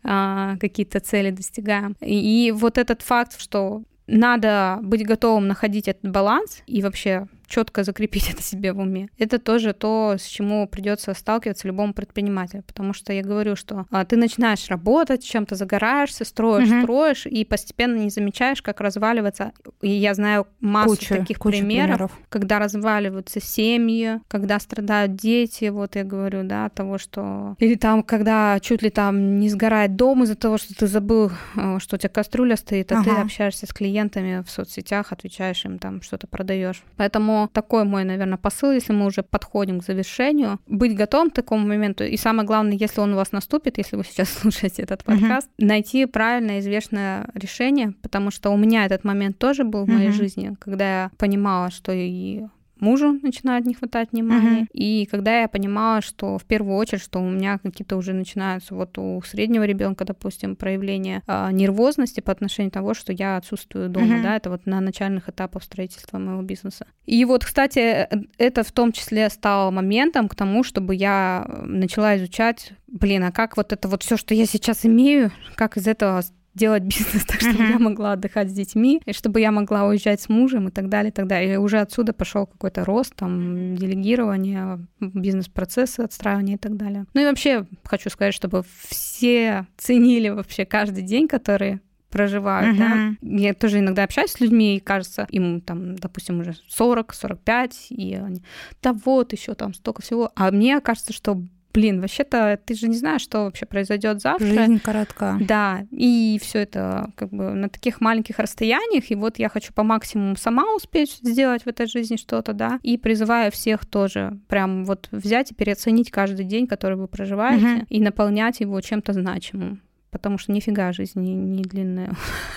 а, какие-то цели достигаем. И, и вот этот факт, что надо быть готовым находить этот баланс и вообще четко закрепить это себе в уме. Это тоже то, с чему придется сталкиваться любому предпринимателю, потому что я говорю, что а, ты начинаешь работать, чем-то загораешься, строишь, mm-hmm. строишь, и постепенно не замечаешь, как разваливаться. И я знаю массу
куча,
таких
куча
примеров,
примеров,
когда разваливаются семьи, когда страдают дети, вот я говорю, да, от того, что... Или там, когда чуть ли там не сгорает дом из-за того, что ты забыл, что у тебя кастрюля стоит, а ага. ты общаешься с клиентами в соцсетях, отвечаешь им, там что-то продаешь. Поэтому такой мой, наверное, посыл, если мы уже подходим к завершению, быть готовым к такому моменту. И самое главное, если он у вас наступит, если вы сейчас слушаете этот подкаст, uh-huh. найти правильное, известное решение, потому что у меня этот момент тоже был в uh-huh. моей жизни, когда я понимала, что и мужу начинает не хватать внимания. Uh-huh. И когда я понимала, что в первую очередь, что у меня какие-то уже начинаются вот у среднего ребенка, допустим, проявления э, нервозности по отношению к тому, что я отсутствую дома, uh-huh. да, это вот на начальных этапах строительства моего бизнеса. И вот, кстати, это в том числе стало моментом к тому, чтобы я начала изучать, блин, а как вот это вот все, что я сейчас имею, как из этого делать бизнес так, чтобы uh-huh. я могла отдыхать с детьми, и чтобы я могла уезжать с мужем и так далее, и так далее. И уже отсюда пошел какой-то рост, там, делегирование, бизнес-процессы, отстраивание и так далее. Ну и вообще хочу сказать, чтобы все ценили вообще каждый день, который проживают, uh-huh. да. Я тоже иногда общаюсь с людьми, и кажется, им там, допустим, уже сорок сорок пять, и они, да вот, еще там столько всего. А мне кажется, что блин, вообще-то ты же не знаешь, что вообще произойдет завтра.
Жизнь коротка.
Да, и все это как бы на таких маленьких расстояниях, и вот я хочу по максимуму сама успеть сделать в этой жизни что-то, да, и призываю всех тоже прям вот взять и переоценить каждый день, который вы проживаете, uh-huh. и наполнять его чем-то значимым. Потому что нифига жизнь не, не длинная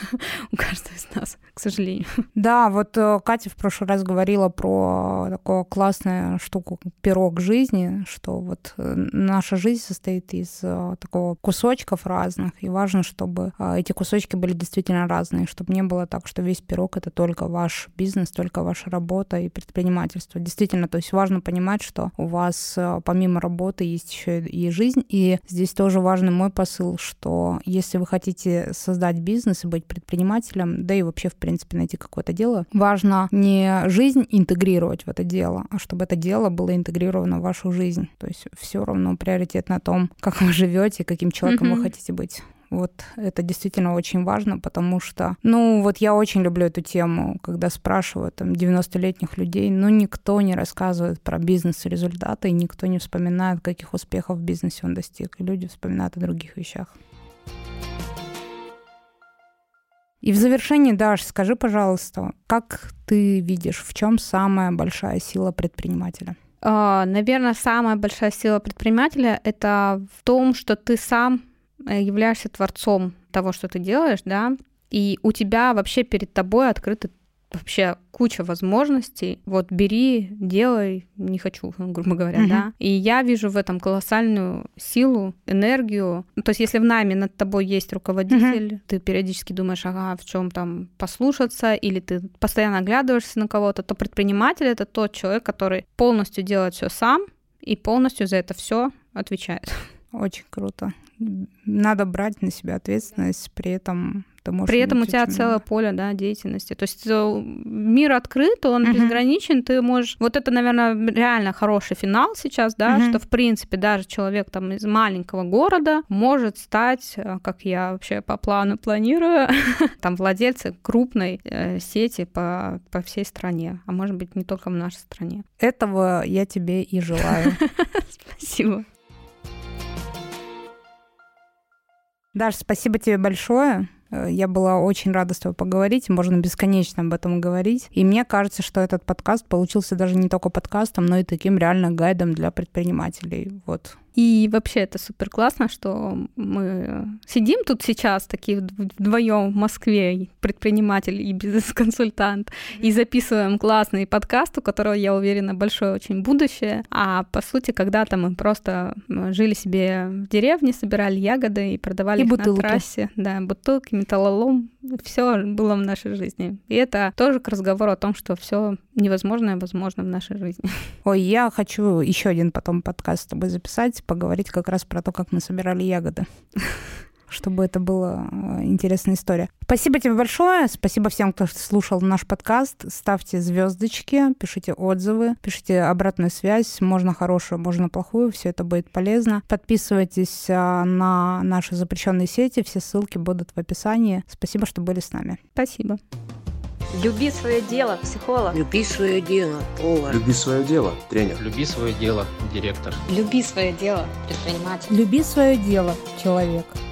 у каждого из нас, к сожалению.
Да, вот Катя в прошлый раз говорила про такую классную штуку, пирог жизни, что вот наша жизнь состоит из такого кусочков разных, и важно, чтобы эти кусочки были действительно разные, чтобы не было так, что весь пирог — это только ваш бизнес, только ваша работа и предпринимательство. Действительно, то есть важно понимать, что у вас помимо работы есть еще и жизнь, и здесь тоже важный мой посыл, что если вы хотите создать бизнес и быть предпринимателем, да и вообще, в принципе, найти какое-то дело, важно не жизнь интегрировать в это дело, а чтобы это дело было интегрировано в вашу жизнь. То есть все равно приоритет на том, как вы живете, каким человеком mm-hmm. вы хотите быть. Вот это действительно очень важно, потому что, ну, вот я очень люблю эту тему, когда спрашивают там девяностолетних людей, ну, никто не рассказывает про бизнес-результаты, и никто не вспоминает, каких успехов в бизнесе он достиг, и люди вспоминают о других вещах. И в завершении, Даш, скажи, пожалуйста, как ты видишь, в чем самая большая сила предпринимателя?
Uh, наверное, самая большая сила предпринимателя — это в том, что ты сам являешься творцом того, что ты делаешь, да, И у тебя вообще перед тобой открыты вообще куча возможностей. Вот бери, делай, не хочу, грубо говоря, uh-huh. да. И я вижу в этом колоссальную силу, энергию. То есть если в найме над тобой есть руководитель, uh-huh. ты периодически думаешь, ага, в чем там послушаться, или ты постоянно оглядываешься на кого-то, то предприниматель — это тот человек, который полностью делает все сам и полностью за это все отвечает.
Очень круто. Надо брать на себя ответственность, при этом ты можешь...
При этом у тебя целое много. поле, да, деятельности. То есть мир открыт, он uh-huh. безграничен, ты можешь... Вот это, наверное, реально хороший финал сейчас, да, uh-huh. что, в принципе, даже человек там из маленького города может стать, как я вообще по плану планирую, там владельцем крупной э, сети по, по всей стране, а может быть, не только в нашей стране.
Этого я тебе и желаю.
Спасибо.
Даш, спасибо тебе большое. Я была очень рада с тобой поговорить, можно бесконечно об этом говорить. И мне кажется, что этот подкаст получился даже не только подкастом, но и таким реально гайдом для предпринимателей. Вот.
И вообще это супер классно, что мы сидим тут сейчас такие вдвоем в Москве, предприниматель и бизнес-консультант, mm-hmm. и записываем классный подкаст, у которого, я уверена, большое очень будущее. А по сути, когда-то мы просто жили себе в деревне, собирали ягоды и продавали и их бутылки. На трассе. Да, бутылки, металлолом. Все было в нашей жизни. И это тоже к разговору о том, что все невозможное возможно в нашей жизни.
Ой, я хочу еще один потом подкаст с тобой записать, поговорить как раз про то, как мы собирали ягоды. Чтобы это была интересная история. Спасибо тебе большое. Спасибо всем, кто слушал наш подкаст. Ставьте звездочки, пишите отзывы, пишите обратную связь. Можно хорошую, можно плохую. Все это будет полезно. Подписывайтесь на наши запрещенные сети. Все ссылки будут в описании. Спасибо, что были с нами.
Спасибо.
Люби свое дело, психолог.
Люби свое дело, повар.
Люби свое дело, тренер. Люби свое дело, директор.
Люби свое дело, предприниматель.
Люби свое дело, человек.